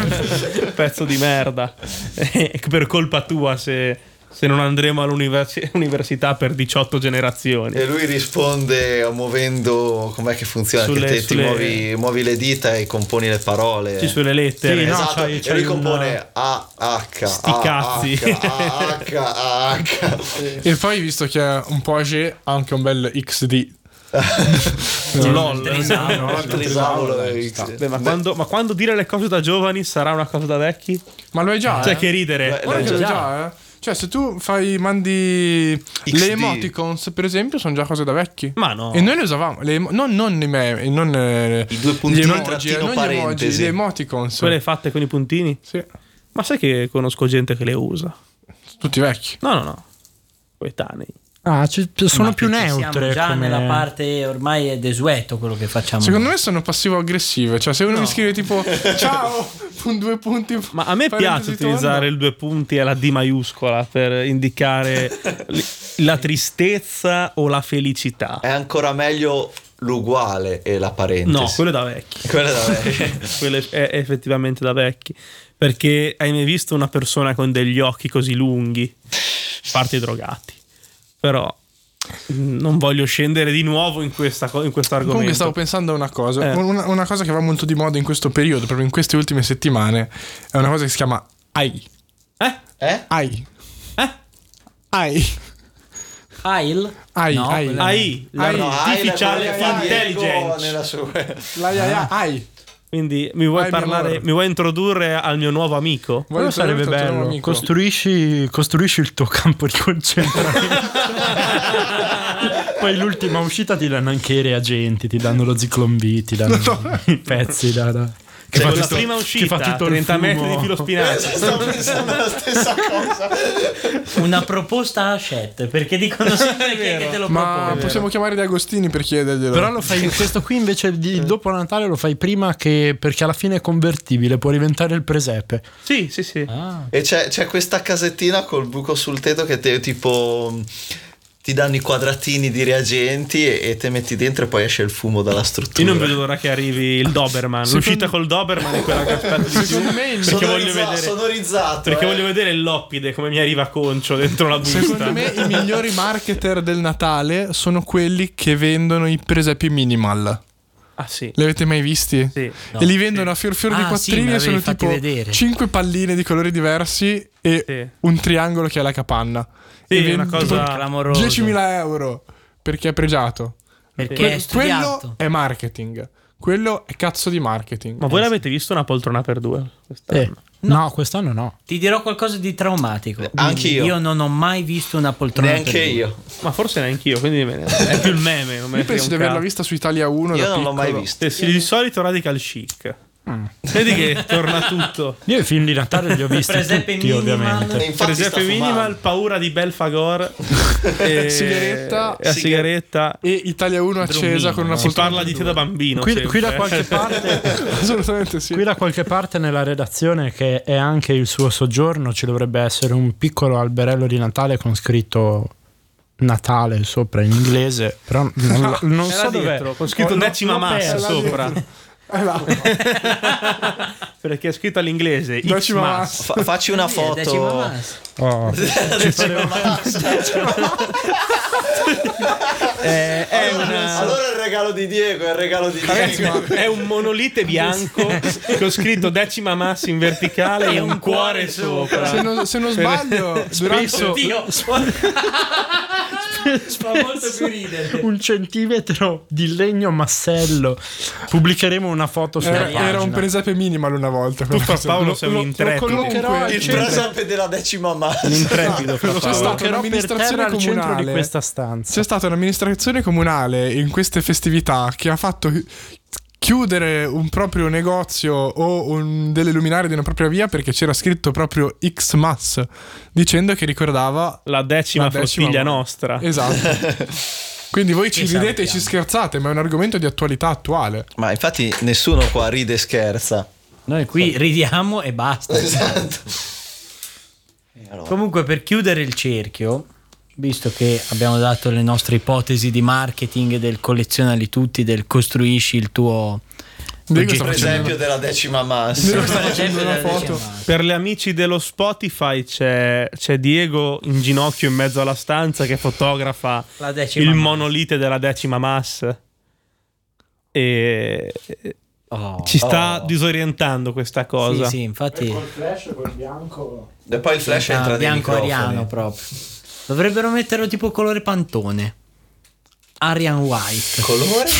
Pezzo di merda. E per colpa tua se, se non andremo all'università per diciotto generazioni. E lui risponde muovendo, com'è che funziona? Sulle- che te ti sulle- muovi, muovi le dita e componi le parole. Sì, sulle lettere. Sì, no, Esatto, c'hai- e c'hai lui una- compone A H Sti A, cazzi. H, A H A H. E poi, visto che è un po' age, ha anche un bel X D. LOL. Trisavolo. Il trisavolo è X. Beh, ma, quando, ma quando dire le cose da giovani sarà una cosa da vecchi? Ma lo è già. Cioè, eh? che ridere. Beh, Guarda che lo è già. già, eh. Cioè, se tu fai, mandi X D. le emoticons, per esempio, sono già cose da vecchi. Ma no. E noi le usavamo. Le emo- non, non i meme, non eh, I due gli puntini, emoji, trattino, non gli emoji, parentesi. le emoticons. Quelle fatte con i puntini? Sì, Ma sai che conosco gente che le usa? tutti vecchi. No, no, no. Coetanei. Ah, ci- sono Ma più perché neutre. Siamo già come- nella parte ormai è desueto quello che facciamo. Secondo me sono passivo-aggressive. Cioè, se uno No. mi scrive tipo ciao con due punti. Ma a me piace parentesi utilizzare tondo. il due punti e la D maiuscola per indicare l- la tristezza o la felicità. È ancora meglio l'uguale e la parentesi. No, quello è da vecchi. Quello è da vecchi. Quello è, è effettivamente da vecchi. Perché hai mai visto una persona con degli occhi così lunghi? A parte i drogati. Però non voglio scendere di nuovo in, questa, in questo argomento. Comunque stavo pensando a una cosa, Eh. una, una cosa che va molto di moda in questo periodo, proprio in queste ultime settimane, è una cosa che si chiama A I. Eh? Eh? A I. Eh? A I. Ail? A I. No, A I. quella- A I, l'artificial intelligence. Nella sua... La I, A I. A I. Quindi mi vuoi Vai, mio parlare, amore. mi vuoi introdurre al mio nuovo amico? Voglio Quello sarebbe sapere il tuo bello. amico. Costruisci, costruisci il tuo campo di concentramento. Poi l'ultima uscita ti danno anche i reagenti, ti danno lo Zyklon B, ti danno i pezzi da, da- che Cioè, fa con la tutto- prima che uscita, fa tutto il trenta metri fumo. di filo spinato. Stavo pensando la stessa cosa. Una proposta a Chet, perché dicono sempre che, che te lo Ma propone. possiamo chiamare De Agostini per chiederglielo. Però lo fai questo qui invece di dopo Natale lo fai prima, che perché alla fine è convertibile, può diventare il presepe. Sì, sì, sì. Ah. E c'è, c'è questa casettina col buco sul tetto che te, tipo ti danno i quadratini di reagenti e, e te metti dentro e poi esce il fumo dalla struttura. Io non vedo l'ora che arrivi il Doberman. Secondo- L'uscita col Doberman è quella che aspetto di più. Secondo me il- Perché voglio Sonorizza- vedere, sonorizzato. perché eh. voglio vedere l'oppide come mi arriva Concio dentro la busta. Secondo me i migliori marketer del Natale sono quelli che vendono i presepi minimal. Ah sì. Li avete mai visti? Sì. E li vendono a fior fior di Ah, sì, quattrini me e sono l'avevi fatti tipo vedere. cinque palline di colori diversi e Sì. un triangolo che è la capanna. Sì, E è una vend- cosa tipo clamorosa. diecimila euro perché è pregiato. Perché Que- è studiato. quello è marketing. Quello è cazzo di marketing. Ma voi l'avete visto una poltrona per due quest'anno? Eh, no. quest'anno no. Ti dirò qualcosa di traumatico. Anch'io. Io non ho mai visto una poltrona Neanche per due. io. Ma forse neanche io, quindi me ne- è più il meme. Non me ne Io frega penso di un averla cazzo. vista su Italia uno. Io da non l'ho mai piccolo. visto. Sì, sì, di solito radical chic. Vedi che torna tutto. Io i film di Natale li ho visti Presepe tutti, minimal. ovviamente. E infatti Per esempio sta Minimal, fumando. paura di Belfagor e Sigaretta. e la sigaretta. E Italia uno accesa con una Si poltrona parla di te da bambino. Qui, sempre. qui da qualche parte Assolutamente sì. Qui da qualche parte nella redazione, che è anche il suo soggiorno, ci dovrebbe essere un piccolo alberello di Natale con scritto Natale sopra in inglese, però non, non È là so dov'è. dietro, con scritto L'ho- decima l'ho massa perso. sopra. Eh, là. Perché è scritto all'inglese X Decima mass. Fa- facci una Sì, è decima foto. massa. Oh. Decima massa. Eh, è, Allora, una, allora è il regalo di Diego, è il regalo di Diego. è un monolite bianco con scritto decima massa in verticale e un cuore sopra. Se non, se non sbaglio, durante, Oddio, fa molto più ridere. Un centimetro di legno massello. Pubblicheremo una foto sulla era, pagina. era un presepe minimal una volta. Tu, Fra Paolo, Lo- sei un lo- lo intrepido. collocherò al Il centro- presepe della decima massa. Un intrepido, Fra C'è Paolo. stata Collocherò per un'amministrazione terra al centro comunale. di questa stanza. C'è stata un'amministrazione comunale in queste festività che ha fatto chiudere un proprio negozio o un, delle luminarie di una propria via perché c'era scritto proprio X Mass, dicendo che ricordava La decima la decima flottiglia volta. nostra. Esatto. Quindi voi ci Che ridete e sappiamo. ci scherzate, ma è un argomento di attualità attuale. Ma infatti nessuno qua ride e scherza. Noi qui ridiamo e basta. Esatto. E allora, Comunque, per chiudere il cerchio, visto che abbiamo dato le nostre ipotesi di marketing del collezionali tutti, del costruisci il tuo Diego sta per facendo esempio della decima massa. Diego sta facendo esempio una della foto. decima. Per gli amici dello Spotify c'è, c'è Diego in ginocchio in mezzo alla stanza che fotografa La decima il massa. monolite della decima massa e Oh. ci sta Oh. disorientando questa cosa. Sì, sì, infatti flash col bianco. E poi il flash ah, entra nei bianco microfoni. ariano proprio. Dovrebbero metterlo tipo colore pantone. Arian white. Colore?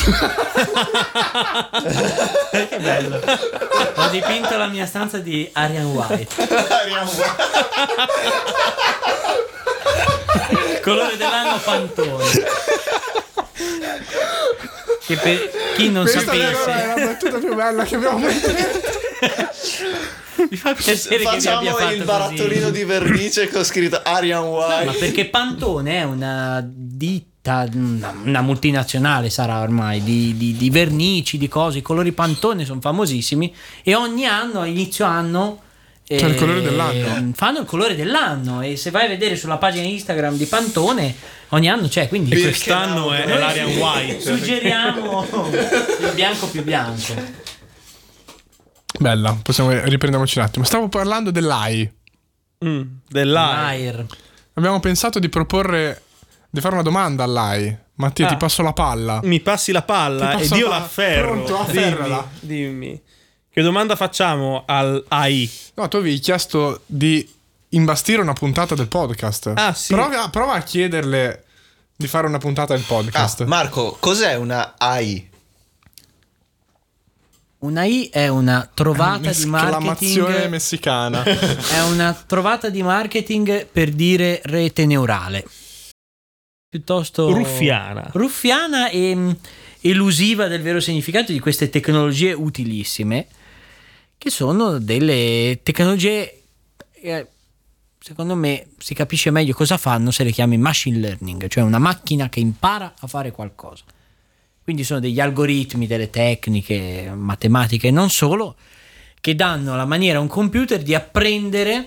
Che bello. Ho dipinto la mia stanza di Arian white. Colore dell'anno pantone. Che per chi non Questa è sapesse, la battuta più bella che abbiamo mai detto. mi fa piacere che mi abbia Facciamo fatto il barattolino così. di vernice con scritto Arian Ma White. perché Pantone è una ditta, una, una multinazionale sarà ormai, di, di, di vernici, di cose. I colori Pantone sono famosissimi e ogni anno, a inizio anno, Cioè il colore dell'anno. Fanno il colore dell'anno, e se vai a vedere sulla pagina Instagram di Pantone ogni anno c'è, quindi e quest'anno è, è l'Arian White. Suggeriamo il bianco più bianco. Bella, possiamo riprenderci un attimo. Stavo parlando dell'A I. Mm, dell'A I. Abbiamo pensato di proporre di fare una domanda all'A I. Mattia, Ah. ti passo la palla. Mi passi la palla Ti ed passo io la- l'afferro. Pronto, afferrala. Dimmi, dimmi. Che domanda facciamo all'A I? No, tu avevi chiesto di imbastire una puntata del podcast. Ah, sì. Prova, prova a chiederle di fare una puntata del podcast. Ah, Marco, cos'è una A I? Una I è una trovata di Esclamazione marketing. messicana. È una trovata di marketing per dire rete neurale. Piuttosto Ruffiana. Ruffiana e mh, elusiva del vero significato di queste tecnologie utilissime, che sono delle tecnologie eh, secondo me si capisce meglio cosa fanno se le chiami machine learning, cioè una macchina che impara a fare qualcosa. Quindi sono degli algoritmi, delle tecniche matematiche e non solo, che danno la maniera a un computer di apprendere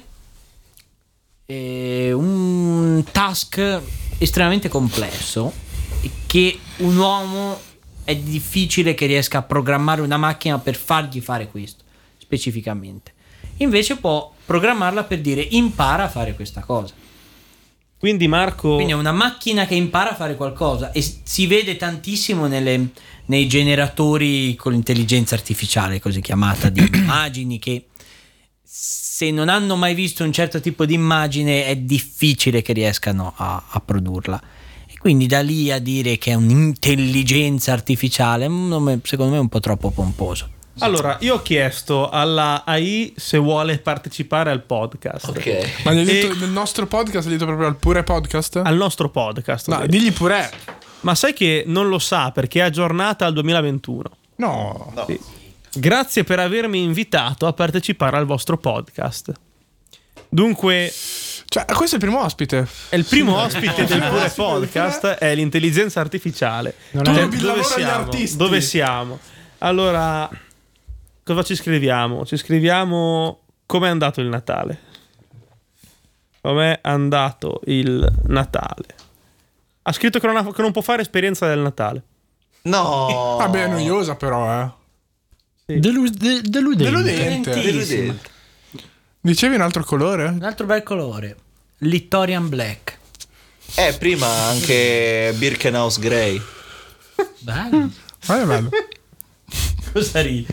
eh, un task estremamente complesso, che un uomo è difficile che riesca a programmare una macchina per fargli fare questo specificamente. Invece può programmarla per dire impara a fare questa cosa. Quindi Marco, Quindi è una macchina che impara a fare qualcosa, e si vede tantissimo nelle, nei generatori con l'intelligenza artificiale così chiamata di immagini, che se non hanno mai visto un certo tipo di immagine è difficile che riescano a, a produrla. E quindi da lì a dire che è un'intelligenza artificiale, un nome, secondo me è un po' troppo pomposo. allora io ho chiesto alla A I se vuole partecipare al podcast. Ok. Ma gli hai detto E- del nostro podcast? Gli hai detto proprio al pure podcast? Al nostro podcast. No, digli pure. Ma sai che non lo sa perché è aggiornata al duemilaventuno. No. No. Sì. Grazie per avermi invitato a partecipare al vostro podcast. Dunque, Cioè, questo è il primo ospite. è il primo ospite del pure podcast, è l'intelligenza artificiale. Non Tu è- Rubi il dove lavoro agli siamo? artisti. Dove siamo? Allora, cosa ci scriviamo? Ci scriviamo com'è andato il Natale. Com'è andato il Natale? Ha scritto che non, ha- che non può fare esperienza del Natale. No. Vabbè, è noiosa però, eh. Delu- de- deludente. Deludente. Deludente. Dicevi un altro colore? Un altro bel colore, Littorian Black. Eh, prima anche Birkenhouse Grey. Bello. Ah, è bello. Cosa ridi?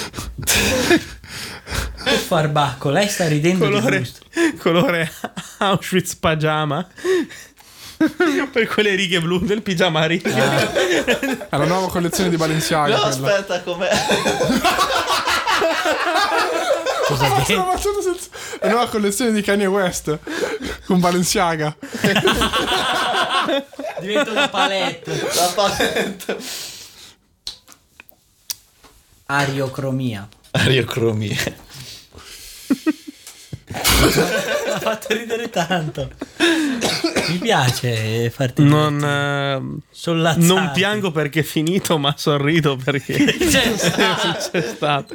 Farbacco, lei sta ridendo di Colore, gusto. colore Auschwitz pajama. Per quelle righe blu del pigiama riga. È la nuova collezione di Balenciaga. No, quella. aspetta, com'è? Cosa Stavo dici? facendo senza- La nuova collezione di Kanye West con Balenciaga. Diventa una palette. La palette. Ariocromia. Ariocromia. Mi ha fatto ridere tanto. Mi piace farti Non, eh, sollazzare. non piango perché è finito, ma sorrido perché C'è c'è stato.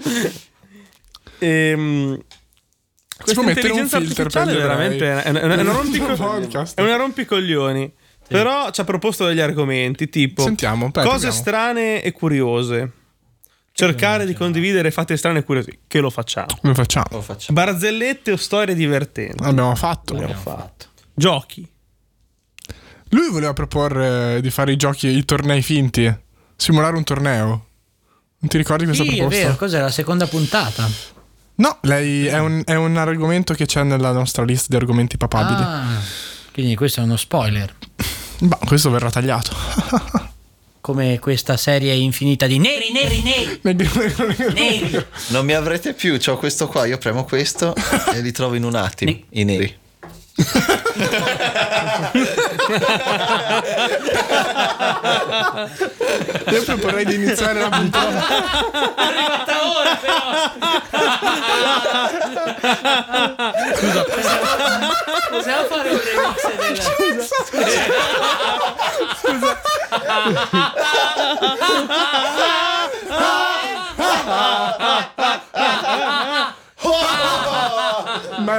Ehm, questa può mettere un intelligenza filter artificiale per gli veramente ebrei. è una, è una- è una rompico- Podcast. è una rompicoglioni. Però ci ha proposto degli argomenti tipo Sentiamo, vai, cose proviamo. strane e curiose. Cercare di condividere fatti strani e curiosi, che lo facciamo. Come facciamo? Lo facciamo. Barzellette o storie divertenti. L'abbiamo fatto. Abbiamo fatto. Giochi. Lui voleva proporre di fare i giochi, i tornei finti. Simulare un torneo. Non ti ricordi questa Sì, è proposta? vero, cos'è la seconda puntata? No, lei è un, è un argomento che c'è nella nostra lista di argomenti papabili. Ah, quindi questo è uno spoiler. Ma questo verrà tagliato. Come questa serie infinita di neri, neri, neri, neri. Non mi avrete più, c'ho questo qua, io premo questo e li trovo in un attimo, Ne- i neri. Io proporrei di iniziare la puntata. È arrivata ora però. Scusa, possiamo fare un remix della...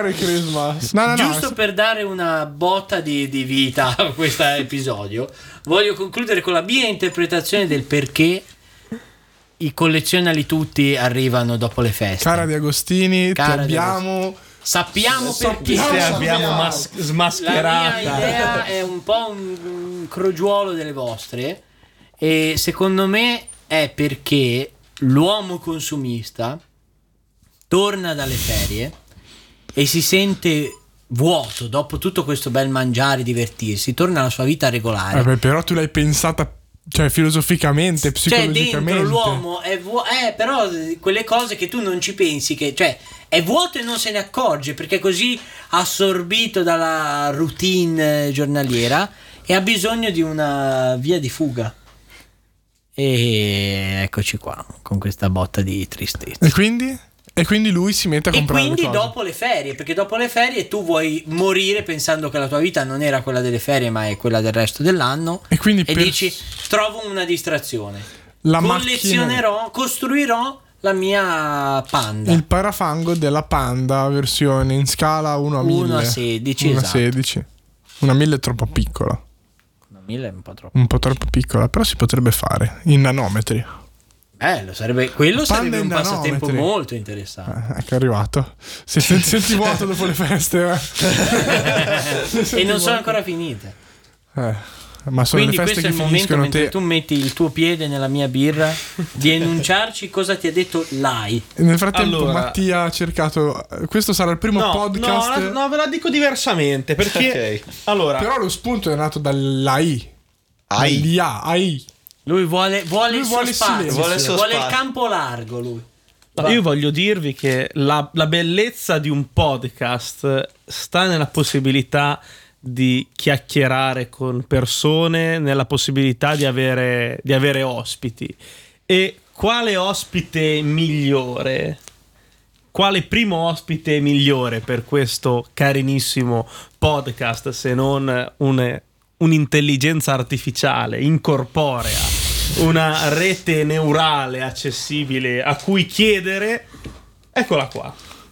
Merry Christmas. No, no, Giusto no. per dare una botta di, di vita a questo episodio, voglio concludere con la mia interpretazione del perché i collezionali tutti arrivano dopo le feste. Cara Di Agostini, Cara ti Di abbiamo... Sappiamo perché. Te abbiamo mas- La smascherata. mia idea è un po' un, un crogiuolo delle vostre, e secondo me è perché l'uomo consumista torna dalle ferie e si sente vuoto dopo tutto questo bel mangiare, divertirsi, torna alla sua vita regolare. Eh beh, però tu l'hai pensata, cioè, filosoficamente, Cioè psicologicamente. dentro l'uomo è vuoto, eh, però quelle cose che tu non ci pensi, che cioè è vuoto e non se ne accorge perché è così assorbito dalla routine giornaliera e ha bisogno di una via di fuga. E eccoci qua con questa botta di tristezza. E quindi? E quindi lui si mette a E comprare quindi le cose. dopo le ferie, perché dopo le ferie tu vuoi morire pensando che la tua vita non era quella delle ferie ma è quella del resto dell'anno, E quindi e per- dici trovo una distrazione, La collezionerò, costruirò la mia Panda. Il parafango della Panda versione in scala uno a mille. uno a sedici, uno a esatto. sedici. Una mille è troppo piccola. Una mille è un po' troppo. Un po' troppo piccola, però si potrebbe fare in nanometri. Bello, sarebbe, quello Panda sarebbe in un passatempo nanometri. molto interessante. Eh, ecco, è arrivato. Se senti, senti vuoto dopo le feste. Eh. Se E senti non sono vuoto. ancora finite. Eh, ma sono Quindi le feste questo è che il momento finiscono mentre te. tu metti il tuo piede nella mia birra di enunciarci cosa ti ha detto l'A I. E nel frattempo Allora- Mattia ha cercato. Questo sarà il primo No, podcast. no, la- no, ve la dico diversamente perché Ok. allora Però lo spunto è nato dall'A I. A I. Dall'I A, A I. Lui vuole, vuole Lui il suo vuole spazio, silenzio. Vuole il suo vuole il spazio. campo largo lui. No, io voglio dirvi che la, la bellezza di un podcast sta nella possibilità di chiacchierare con persone, nella possibilità di avere, di avere ospiti. E quale ospite migliore? Quale primo ospite migliore per questo carinissimo podcast se non un, un'intelligenza artificiale incorporea? Una rete neurale accessibile a cui chiedere, eccola qua.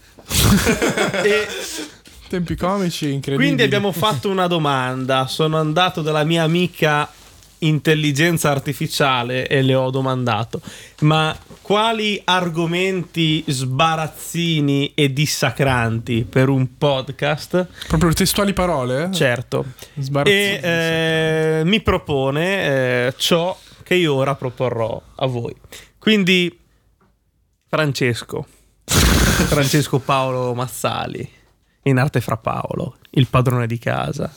E Tempi comici incredibili. quindi abbiamo fatto una domanda. Sono andato dalla mia amica intelligenza artificiale e le ho domandato: ma quali argomenti sbarazzini e dissacranti per un podcast? Proprio testuali parole? eh? Certo. Sbarazzini. E eh, mi propone eh, ciò che io ora proporrò a voi. Quindi Francesco Francesco Paolo Mazzali, in arte Fra Paolo, il padrone di casa.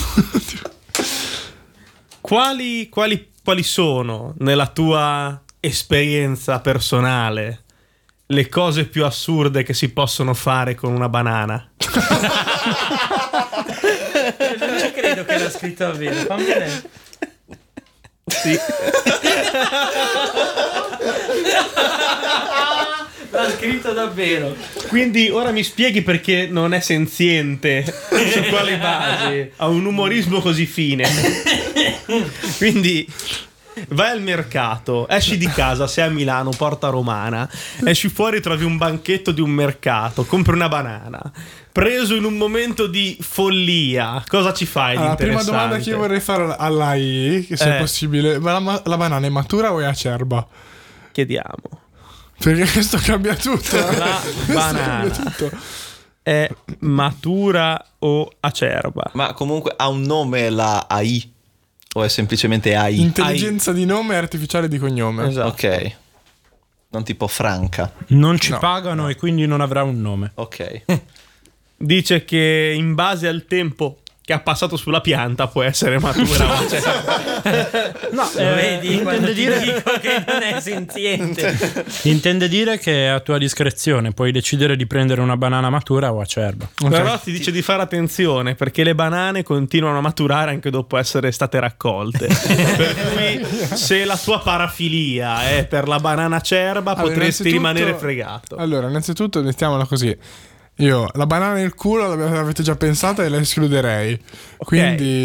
Quali, quali, quali sono, nella tua esperienza personale, le cose più assurde che si possono fare con una banana? Non ci credo che l'ha scritto a vero. Fammi vedere. Sì. L'ha scritto davvero. Quindi ora mi spieghi perché non è senziente, su quali basi ha un umorismo così fine. Quindi vai al mercato, esci di casa, sei a Milano, Porta Romana, esci fuori, trovi un banchetto di un mercato, compri una banana. Preso in un momento di follia, cosa ci fai di Allora, la prima interessante? domanda che io vorrei fare all'A I, che se Eh. è possibile, ma la, la banana è matura o è acerba? Chiediamo. Perché questo cambia tutto. eh. La Questo banana cambia tutto. è matura o acerba? Ma comunque ha un nome la A I? O è semplicemente A I? Intelligenza di nome e artificiale di cognome. Esatto. Ok. Non tipo Franca. Non ci No, pagano e quindi non avrà un nome. Ok. Dice che in base al tempo che ha passato sulla pianta può essere matura o acerba. No, Lo eh, vedi quando intende ti dire, dico che non è senziente. intende dire che è a tua discrezione, puoi decidere di prendere una banana matura o acerba. Però ti dice di fare attenzione perché le banane continuano a maturare anche dopo essere state raccolte. Per cui se la tua parafilia è per la banana acerba Allora, potresti innanzitutto- rimanere fregato. Allora, innanzitutto mettiamola così. Io la banana nel culo l'ave- l'avete già pensata e la escluderei. Quindi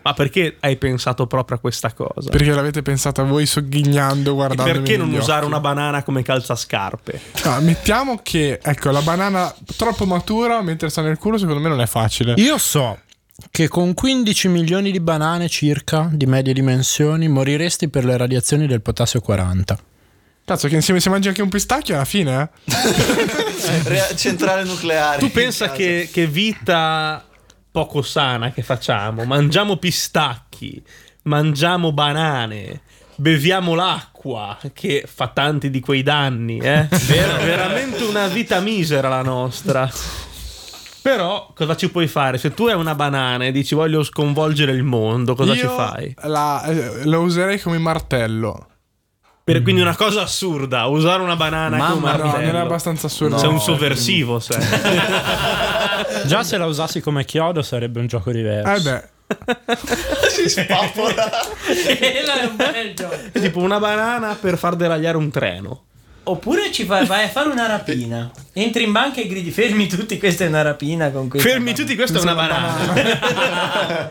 Ma perché hai pensato proprio a questa cosa? Perché l'avete pensata voi sogghignando, guardandomi Perché non negli usare occhi? una banana come calzascarpe? No, mettiamo che, ecco, la banana troppo matura mentre sta nel culo secondo me non è facile. Io so che con quindici milioni di banane circa di medie dimensioni moriresti per le radiazioni del potassio quaranta. Cazzo, che insieme si mangia anche un pistacchio alla fine, Re- centrale nucleare. Tu pensa che, che vita poco sana che facciamo? Mangiamo pistacchi, mangiamo banane, beviamo l'acqua che fa tanti di quei danni, eh? Ver- veramente una vita misera la nostra. Però cosa ci puoi fare? Se tu hai una banana e dici voglio sconvolgere il mondo, cosa Io ci fai? La, eh, la userei come martello. Per, quindi una cosa assurda, usare una banana Mamma come No, martello. non è abbastanza assurdo. Sei No. un sovversivo, sei. Già se la usassi come chiodo sarebbe un gioco diverso. Eh beh, si spappola. Quello è un bel gioco. È tipo una banana per far deragliare un treno. Oppure ci fai, vai a fare una rapina. Entri in banca e gridi fermi tutti, questa è una rapina con questa Fermi banana. tutti, questa è una banana.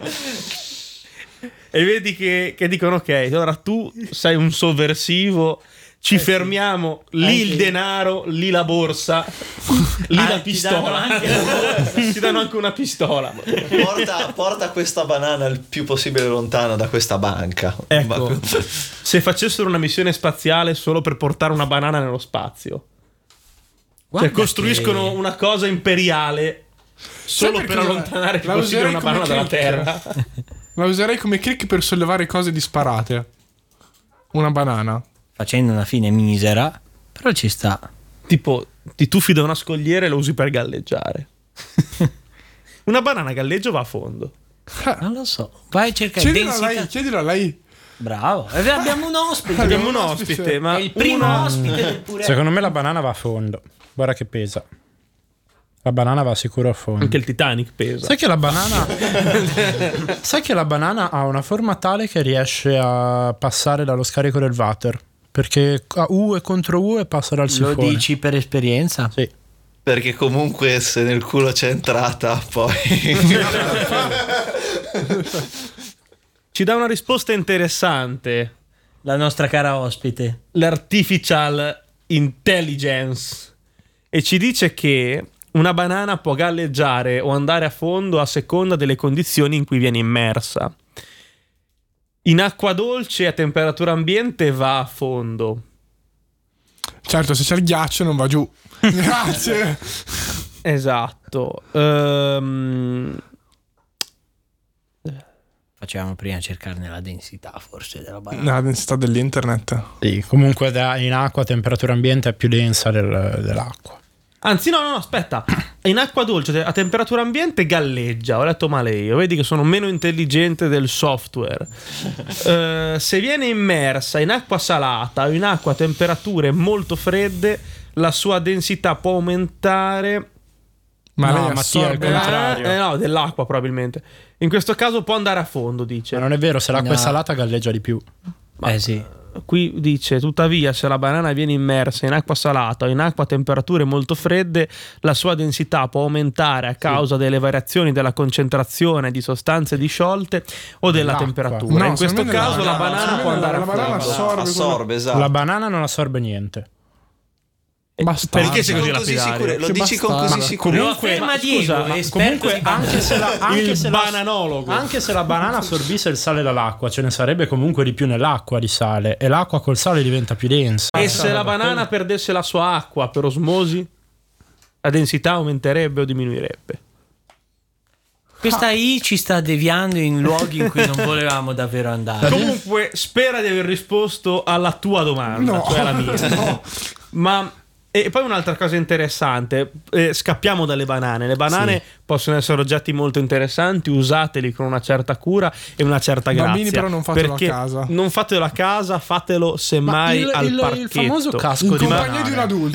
E vedi che, che dicono ok, allora tu sei un sovversivo, ci fermiamo, lì Anche il io. denaro, lì la borsa, lì Ah, la ti pistola. danno anche la borsa. Ti danno anche una pistola. Porta, porta questa banana il più possibile lontano da questa banca. Ecco, Ma- se facessero una missione spaziale solo per portare una banana nello spazio, Guarda cioè costruiscono che- una cosa imperiale solo Sai per perché allontanare il più la possibile userei una come banana dalla click? terra. la userei come click per sollevare cose disparate. Una banana. facendo una fine misera, però ci sta. Tipo, ti tuffi da una scogliera e lo usi per galleggiare. Una banana galleggia o va a fondo? Non lo so. Vai a cercare Chiedilo a densità. lei, chiedilo a lei. Bravo. E abbiamo un ospite. Abbiamo un un ospite, ospite. ma È il primo una- ospite del pure. Secondo me la banana va a fondo. Guarda che pesa. La banana va sicuro a fondo. Anche il Titanic pesa. Sai che la banana Sai che la banana ha una forma tale che riesce a passare dallo scarico del water, perché a U e contro U e passa dal Lo sifone. dici per esperienza? Sì. Perché comunque se nel culo c'è entrata, poi Ci dà una risposta interessante La nostra cara ospite. l'artificial intelligence e ci dice che una banana può galleggiare o andare a fondo a seconda delle condizioni in cui viene immersa. In acqua dolce a temperatura ambiente va a fondo. Certo, se c'è il ghiaccio non va giù. Grazie. Esatto. Ehm, Facevamo prima cercarne la densità forse della banana. La densità dell'internet. Sì, comunque da- in acqua a temperatura ambiente è più densa del- dell'acqua. Anzi, no, no, no, aspetta. In acqua dolce a temperatura ambiente galleggia. Ho letto male io. Vedi che sono meno intelligente del software. Eh, se viene immersa in acqua salata o in acqua a temperature molto fredde, la sua densità può aumentare. Ma No, lei Mattia, assorbe al Eh, contrario. eh, no, dell'acqua probabilmente. In questo caso può andare a fondo, dice. Ma non è vero, se l'acqua No. è salata galleggia di più. Eh sì. Qui dice, tuttavia, se la banana viene immersa in acqua salata o in acqua a temperature molto fredde, la sua densità può aumentare a causa delle variazioni della concentrazione di sostanze disciolte o della L'acqua. temperatura. No, in questo secondo me caso la la banana- banana secondo può me andare la a banana fondo. assorbe assorbe, esatto. La banana non assorbe niente. Bastardo. Perché sei così Con così lapidario? sicuro- lo Che dici con bastardo. così sicurezza. Lo afferma ma Diego, scusa, ma esperto Comunque di banana. anche se la, anche Il se la- bananologo. anche se la banana assorbisse il sale dall'acqua, ce ne sarebbe comunque di più nell'acqua di sale, e l'acqua col sale diventa più densa. E se la banana perdesse la sua acqua per osmosi, la densità aumenterebbe o diminuirebbe? Questa I ci sta deviando in luoghi in cui non volevamo davvero andare. Comunque, spera di aver risposto alla tua domanda, No. cioè alla mia. Ma e poi un'altra cosa interessante, eh, scappiamo dalle banane. Le banane possono essere oggetti molto interessanti, usateli con una certa cura e una certa grazia. Bambini, però non fatelo a perché casa. Non fatelo a casa, fatelo semmai il- al il- il parchetto. famoso casco In di compagnia banane. di un adulto.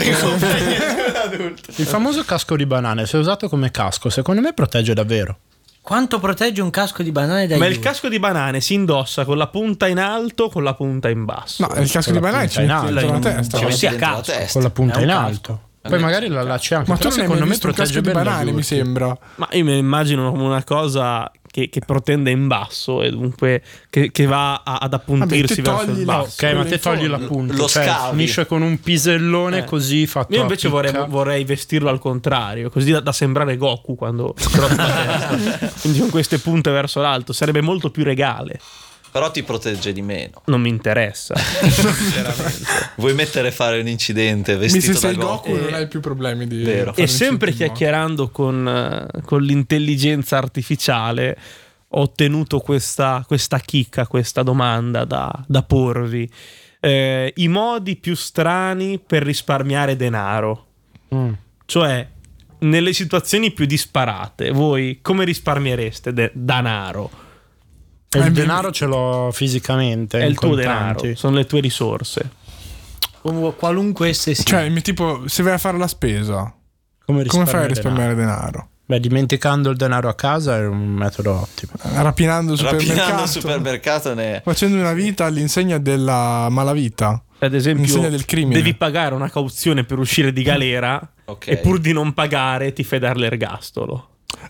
Il famoso casco di banane, se usato come casco, secondo me protegge davvero. Quanto protegge un casco di banane dai Ma il U V? casco di banane si indossa con la punta in alto o con la punta in basso? No, il casco di Con la banana punta ci in metti alto, dentro la in un- testa. ci metti a dentro la cazzo. testa. Con la punta È un in casco. alto. Poi magari la lasci anche. Ma tu però non hai secondo mai me visto un protegge casco di bene banane, gli mi urti. sembra. Ma io mi immagino come una cosa che, che protende in basso e dunque che, che va a, ad appuntirsi Vabbè, verso il togli la- basso. Ok, ma in te togli fondo. l'appunto. Lo cioè, scavi. finisce con un pisellone Eh. così fatto. Io a invece picca. vorrei, vorrei vestirlo al contrario, così da, da sembrare Goku quando scrolla la testa. Quindi con queste punte verso l'alto sarebbe molto più regale. Però ti protegge di meno. Non mi interessa, sinceramente. Vuoi mettere a fare un incidente Mi vestito se da sei Goku? Goku non hai più problemi di Vero. fare E un sempre cinturino. chiacchierando con, eh, con l'intelligenza artificiale ho ottenuto questa, questa chicca, questa domanda da, da porvi. Eh, I modi più strani per risparmiare denaro. Mm. Cioè, nelle situazioni più disparate, voi come risparmiereste de- denaro? E il Eh, denaro ce l'ho fisicamente. È in il tuo contanti. denaro, sono le tue risorse. Qualunque esse sia. Cioè, mi- tipo, se vai a fare la spesa, Come, come fai a risparmiare risparmiare denaro? denaro? Beh, dimenticando il denaro a casa è un metodo ottimo. Rapinando il supermercato, Rapinando il supermercato ne... facendo una vita all'insegna della malavita. Ad esempio, Insegna del crimine. devi pagare una cauzione per uscire di galera Ok. e pur di non pagare ti fai dare l'ergastolo.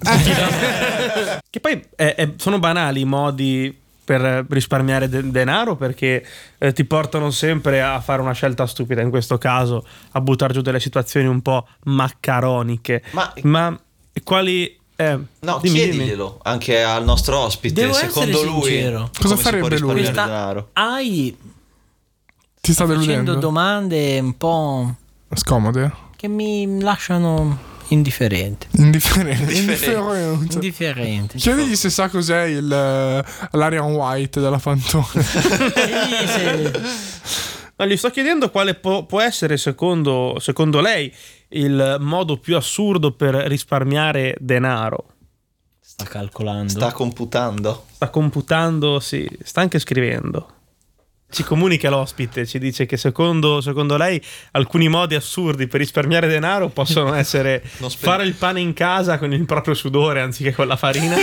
Che poi è- è- sono banali i modi per risparmiare de- denaro perché eh, ti portano sempre a fare una scelta stupida, in questo caso a buttare giù delle situazioni un po' maccaroniche. Ma- Ma quali... eh, No, dimmi, dimmi. chiediglielo anche al nostro ospite. Devo Secondo essere lui, sincero. come Cosa si farebbe può lui? risparmiare Questa denaro? hai Ti sta facendo deludendo? domande un po' Scomode? che mi lasciano indifferente. Indifferente. Indifferente. Indifferente. Indifferente. Chiedigli se sa cos'è il eh, l'Arian White della Pantone. Sì, sì. No, gli sto chiedendo quale può, può essere secondo, secondo lei il modo più assurdo per risparmiare denaro. Sta calcolando. Sta computando. Sta computando, sì, sta anche scrivendo. Ci comunica l'ospite, ci dice che secondo, secondo lei alcuni modi assurdi per risparmiare denaro possono essere Non spe- fare il pane in casa con il proprio sudore anziché con la farina.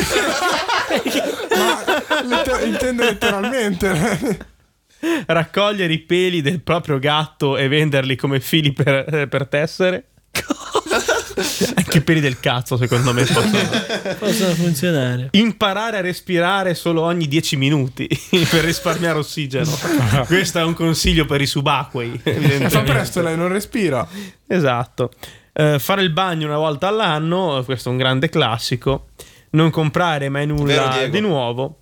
Letter- intende letteralmente. Raccogliere i peli del proprio gatto e venderli come fili per, per tessere. Anche i peli del cazzo secondo me possono. Possono funzionare. Imparare a respirare solo ogni dieci minuti per risparmiare ossigeno. Questo è un consiglio per i subacquei, E fa evidentemente. presto, lei non respira. Esatto. Eh, fare il bagno una volta all'anno, questo è un grande classico. Non comprare mai Vero, nulla Diego? di nuovo.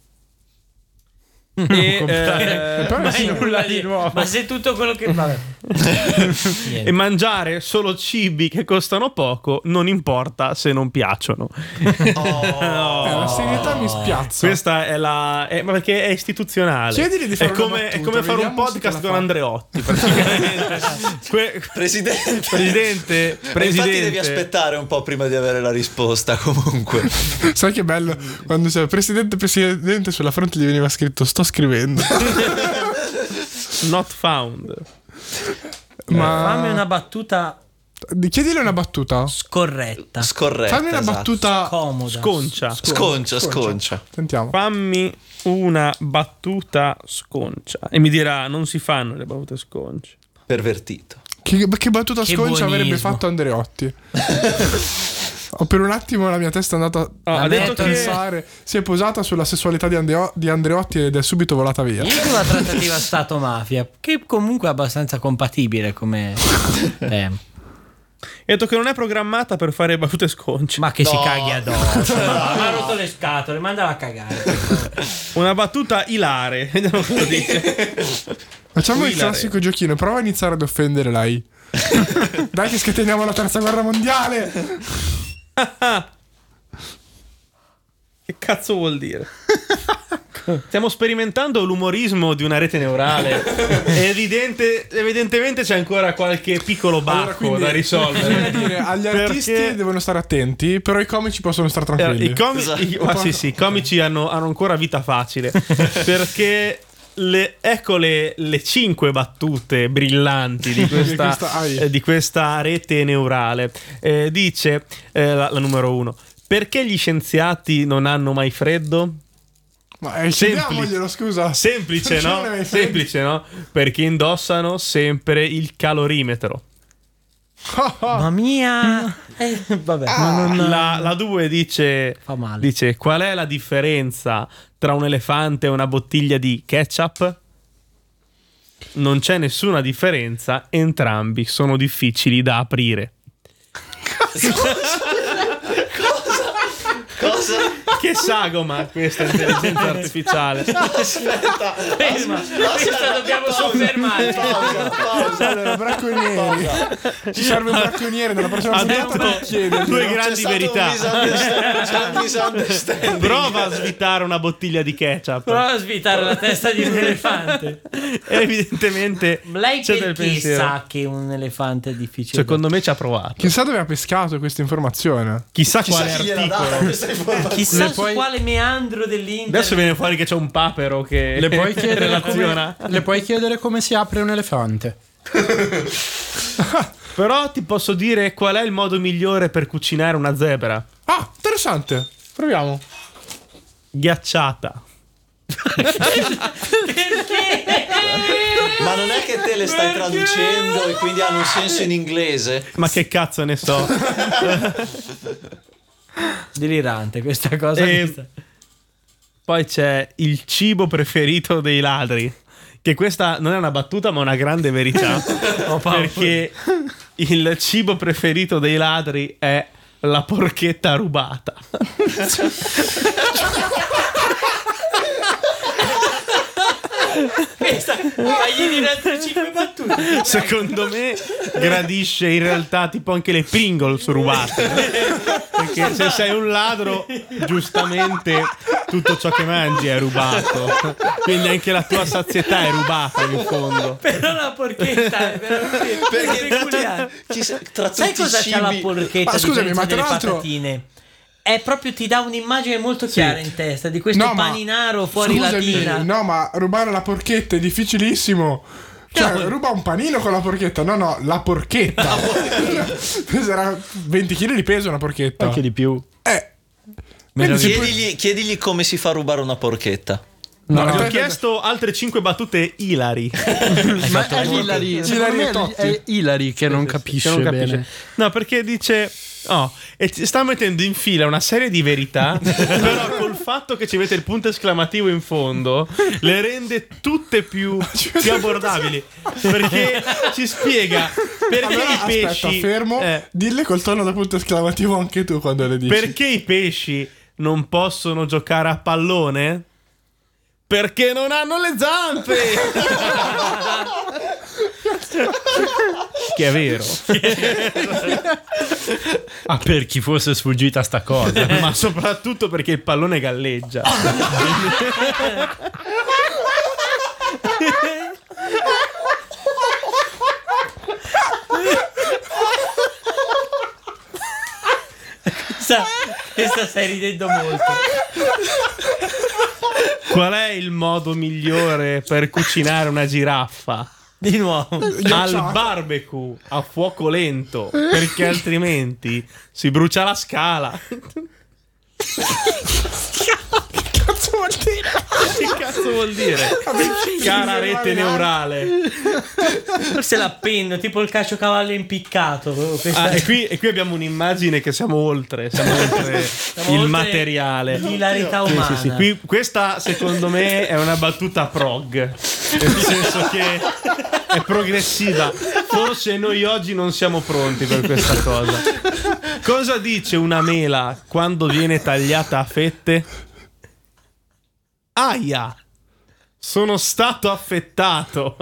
E, comprare- eh, Però Ma, sì, è nulla di nuovo. Ma se tutto quello che vabbè. e mangiare solo cibi che costano poco, non importa se non piacciono. Oh. Eh, la serietà mi spiazza. Questa è la. È, ma perché è istituzionale. Chiedili di fare è una come, è battuta, come fare un vediamo se podcast te la con fa. Andreotti, praticamente. Que- Presidente. Presidente, Ma presidente. Infatti devi aspettare un po' prima di avere la risposta comunque. Sai che bello quando sei presidente presidente sulla fronte gli veniva scritto sto scrivendo. Not found. Ma Fammi una battuta chiedile una battuta. scorretta. Scorretta. Fammi una esatto. battuta. Comoda. Sconcia. Sconcia, sconcia. Sentiamo. Fammi una battuta sconcia. E mi dirà: non si fanno le battute sconce. Pervertito. Che, che battuta Che sconcia avrebbe buonismo. fatto Andreotti? Ho per un attimo la mia testa è andata Ah, La ha detto metto che pensare, si è posata sulla sessualità di, Andeo- di Andreotti ed è subito volata via. Io dico la trattativa Stato-mafia, che comunque è abbastanza compatibile come tema. ha detto che non è programmata per fare battute sconce. Ma che si No. caghi addosso. No, mi ha rotto le scatole, mandala a cagare. Una battuta ilare. Vediamo cosa dice. Facciamo il Hilare. classico giochino, prova a iniziare ad offendere lei. Dai che scateniamo la terza guerra mondiale. Che cazzo vuol dire? Stiamo sperimentando l'umorismo di una rete neurale. È evidente, evidentemente c'è ancora qualche piccolo bacco Allora, quindi, da risolvere. bisogna dire, agli Perché- artisti devono stare attenti, però i comici possono stare Eh, tranquilli. I, comi- Esatto. i- ma sì, sì, i comici hanno, hanno ancora vita facile. Perché le, ecco le, le cinque battute brillanti di questa, questa- ai. eh, di questa rete neurale. Eh, dice eh, la, la numero uno: perché gli scienziati non hanno mai freddo? Ma eh, chiediamoglielo, scusa. Semplice, Perché no? non hai freddo? Semplice, no? Perché indossano sempre il calorimetro. Mamma mia. Eh, vabbè. Ah, non... La, la due dice, Fa male. dice: qual è la differenza tra un elefante e una bottiglia di ketchup? Non c'è nessuna differenza, entrambi sono difficili da aprire. Cosa? Che sagoma questa intelligenza artificiale. Aspetta, Ferma, questa dobbiamo soffermare. Pausa, pausa. Allora, bracconieri. Ci serve un bracconiere nella prossima Ha puntata detto per chiedergli. due C'è grandi stato verità. un misunderstanding, c'è un misunderstanding. Prova a svitare una bottiglia di ketchup. Prova a svitare la testa di un elefante. Evidentemente Lei c'è del perché pensiero. sa che un elefante è difficile? Secondo me ci ha provato. Chissà dove ha pescato questa informazione. Chissà, Chissà quale chi gliel'ha articolo. data questa informazione. Chissà Le su puoi- quale meandro dell'internet. Adesso viene fuori che c'è un papero che Le puoi chiedere relaziona. come, le puoi chiedere come si apre un elefante. Però ti posso dire qual è il modo migliore per cucinare una zebra. Ah, interessante. Proviamo. Ghiacciata. Ma non è che te le stai traducendo e quindi hanno un senso in inglese? Ma che cazzo ne so. Delirante questa cosa. E questa. poi c'è il cibo preferito dei ladri. Che questa non è una battuta ma una grande verità. Perché il cibo preferito dei ladri è la porchetta rubata. Questa fagli dire altre cinque battute. Secondo me gradisce in realtà tipo anche le Pringles rubate. Perché se sei un ladro, giustamente tutto ciò che mangi è rubato. Quindi anche la tua sazietà è rubata in fondo. Però la porchetta è veramente Perché peculiare. chi sa- tra Sai tutti i cosa c'ha la cibi- porchetta Ma scusami, differenza ma tra delle l'altro- patatine? È proprio ti dà un'immagine molto chiara in testa di questo No, ma- paninaro fuori Scusami, latina. no, ma rubare la porchetta è difficilissimo. Cioè, No. ruba un panino con la porchetta. No, no, la porchetta. Peserà venti chili di peso una porchetta. Anche di più. Eh. Quindi si può- Chiedigli, chiedigli come si fa a rubare una porchetta. No, Ti ho te- chiesto altre cinque battute ilari. Ma è Hilary, secondo me Totti. è Hilary che non capisce Che non capisce. bene. No, perché dice: oh, e ti sta mettendo in fila una serie di verità, però col fatto che ci mette il punto esclamativo in fondo, le rende tutte più, più abbordabili. Perché ci spiega perché Allora, i aspetta, pesci. fermo. eh, Dille col tono da punto esclamativo anche tu quando le dici. perché i pesci non possono giocare a pallone? Perché non hanno le zampe! Che è vero. Ah, per chi fosse sfuggita sta cosa. Ma soprattutto perché il pallone galleggia. Questa, questa stai ridendo molto. Qual è il modo migliore per cucinare una giraffa? Di nuovo. Al barbecue a fuoco lento, perché altrimenti si brucia la scala. Cazzo vuol dire? Che cazzo vuol dire? Cara rete neurale. Forse l'appenno, tipo il caciocavallo impiccato. Questa- Ah, e, qui, e qui abbiamo un'immagine che siamo oltre, siamo oltre Siamo il oltre materiale. l'ilarità Sì, umana. sì, sì. Qui, questa secondo me è una battuta prog, nel senso che è progressiva. Forse noi oggi non siamo pronti per questa cosa. Cosa dice una mela quando viene tagliata a fette? Aia! Sono stato affettato.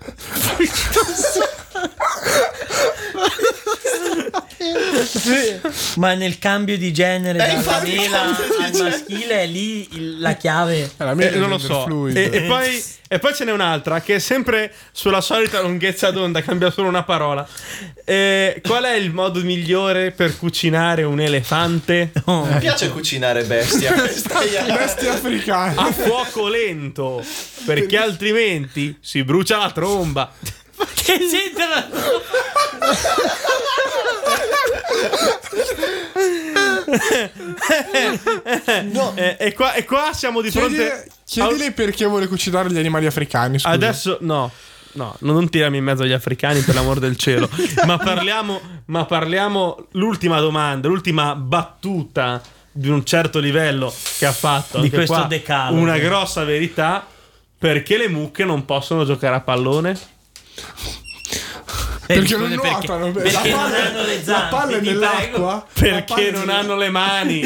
Ma nel cambio di genere Eh, dalla infatti, mela il cambio di al genere. maschile è lì il- la chiave. Eh, la mia Eh, è non lo gender so. fluid. E, e poi, e poi ce n'è un'altra che è sempre sulla solita lunghezza d'onda, cambia solo una parola. Eh, qual è il modo migliore per cucinare un elefante? Mi piace cucinare bestia. Questa è- Bestia africana. A fuoco lento, perché altrimenti si brucia la tromba. Che c'entra? No, Eh, e, qua, e qua siamo di fronte. Chiedile, chiedile perché vuole cucinare gli animali africani. Scusa. Adesso no. no, non tirami in mezzo agli africani, per l'amor del cielo. ma parliamo, ma parliamo l'ultima domanda, l'ultima battuta di un certo livello che ha fatto di anche questo qua, decalogo. una grossa verità. Perché le mucche non possono giocare a pallone? Eh, Perché non scusa, nuotano, perché, perché la non palla- hanno le la zampe, palla è ti nell'acqua. Perché La palla non è hanno le mani.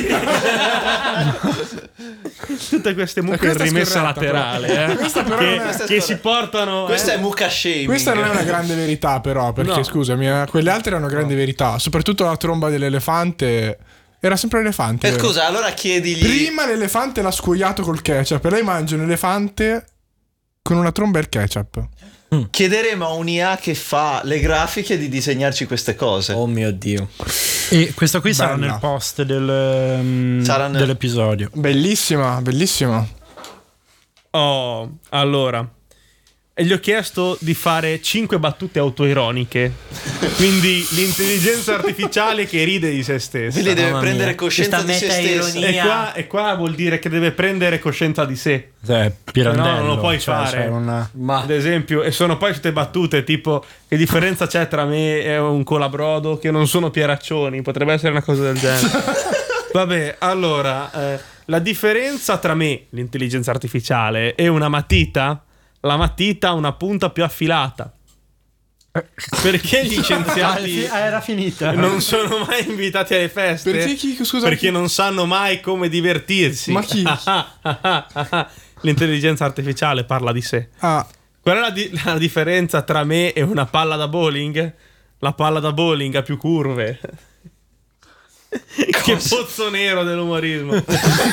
Tutte queste mucche in questa è rimessa scorretta, laterale però. eh, Questa però che, non è- Questa è che scorretta. si portano Questa eh. è mucca shaming. Questa non è una grande verità, però, perché No. scusami, eh, quelle altre erano grandi verità. Soprattutto la tromba dell'elefante. Era sempre elefante. Eh, scusa, allora chiedigli. Prima l'elefante l'ha scuoiato col ketchup e lei mangia un elefante con una tromba e il ketchup. Chiederemo a un'I A che fa le grafiche di disegnarci queste cose. Oh mio Dio. E questo qui sarà Bella. nel post del, um, Sarà nel- dell'episodio. Bellissima, bellissima. Oh, allora, e gli ho chiesto di fare cinque battute autoironiche. Quindi l'intelligenza artificiale che ride di se stessa. Quindi deve Mamma prendere mia. coscienza Questa di se stessa. meta-ironia. E qua, e qua vuol dire che deve prendere coscienza di sé. Cioè, Pirandello, No, non lo puoi cioè, fare. c'è una- Ma Ad esempio, e sono poi tutte battute tipo: che differenza c'è tra me e un colabrodo che non sono Pieraccioni? Potrebbe essere una cosa del genere. Vabbè, allora, eh, la differenza tra me, l'intelligenza artificiale, e una matita, la matita ha una punta più affilata. Perché gli scienziati Ah, era finita. non sono mai invitati alle feste? Perché chi- scusa, Perché chi- non sanno mai come divertirsi. Ma chi? L'intelligenza artificiale parla di sé. Ah, Qual è la, di- la differenza tra me e una palla da bowling? La palla da bowling ha più curve. Che pozzo nero dell'umorismo.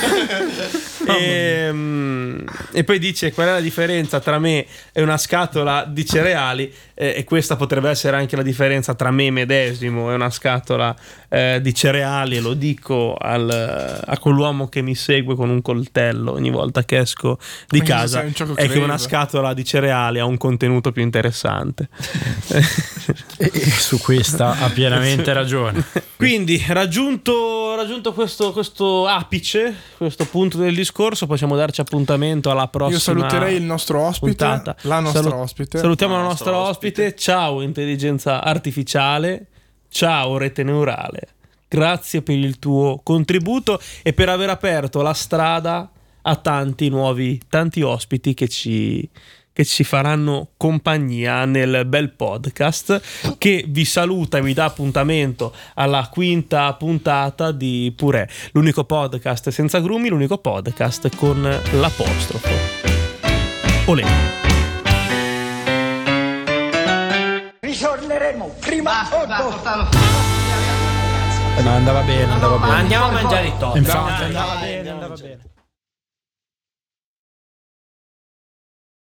e, mm, e poi dice: qual è la differenza tra me e una scatola di cereali? Eh, e questa potrebbe essere anche la differenza tra me medesimo e una scatola eh, di cereali. E lo dico al, a quell'uomo che mi segue con un coltello ogni volta che esco di Quindi casa. sei un Choco È che Crave. una scatola di cereali ha un contenuto più interessante. E, e su questa ha pienamente ragione. Quindi, raggiunto, raggiunto questo, questo apice, questo punto del discorso, possiamo darci appuntamento alla prossima. io saluterei il nostro ospite, puntata. la nostra Salu- ospite. Salutiamo la La nostra nostra ospite. Ciao, intelligenza artificiale. Ciao, rete neurale. Grazie per il tuo contributo e per aver aperto la strada a tanti nuovi, tanti ospiti che ci. che ci faranno compagnia nel bel podcast, che vi saluta e vi dà appuntamento alla quinta puntata di Purè, l'unico podcast senza grumi, l'unico podcast con l'apostrofo. Olè. Ritorneremo prima o Basta, dopo. portalo. Ma andava bene, andava bene. andiamo a mangiare i top. Infatti, andava bene, andava bene.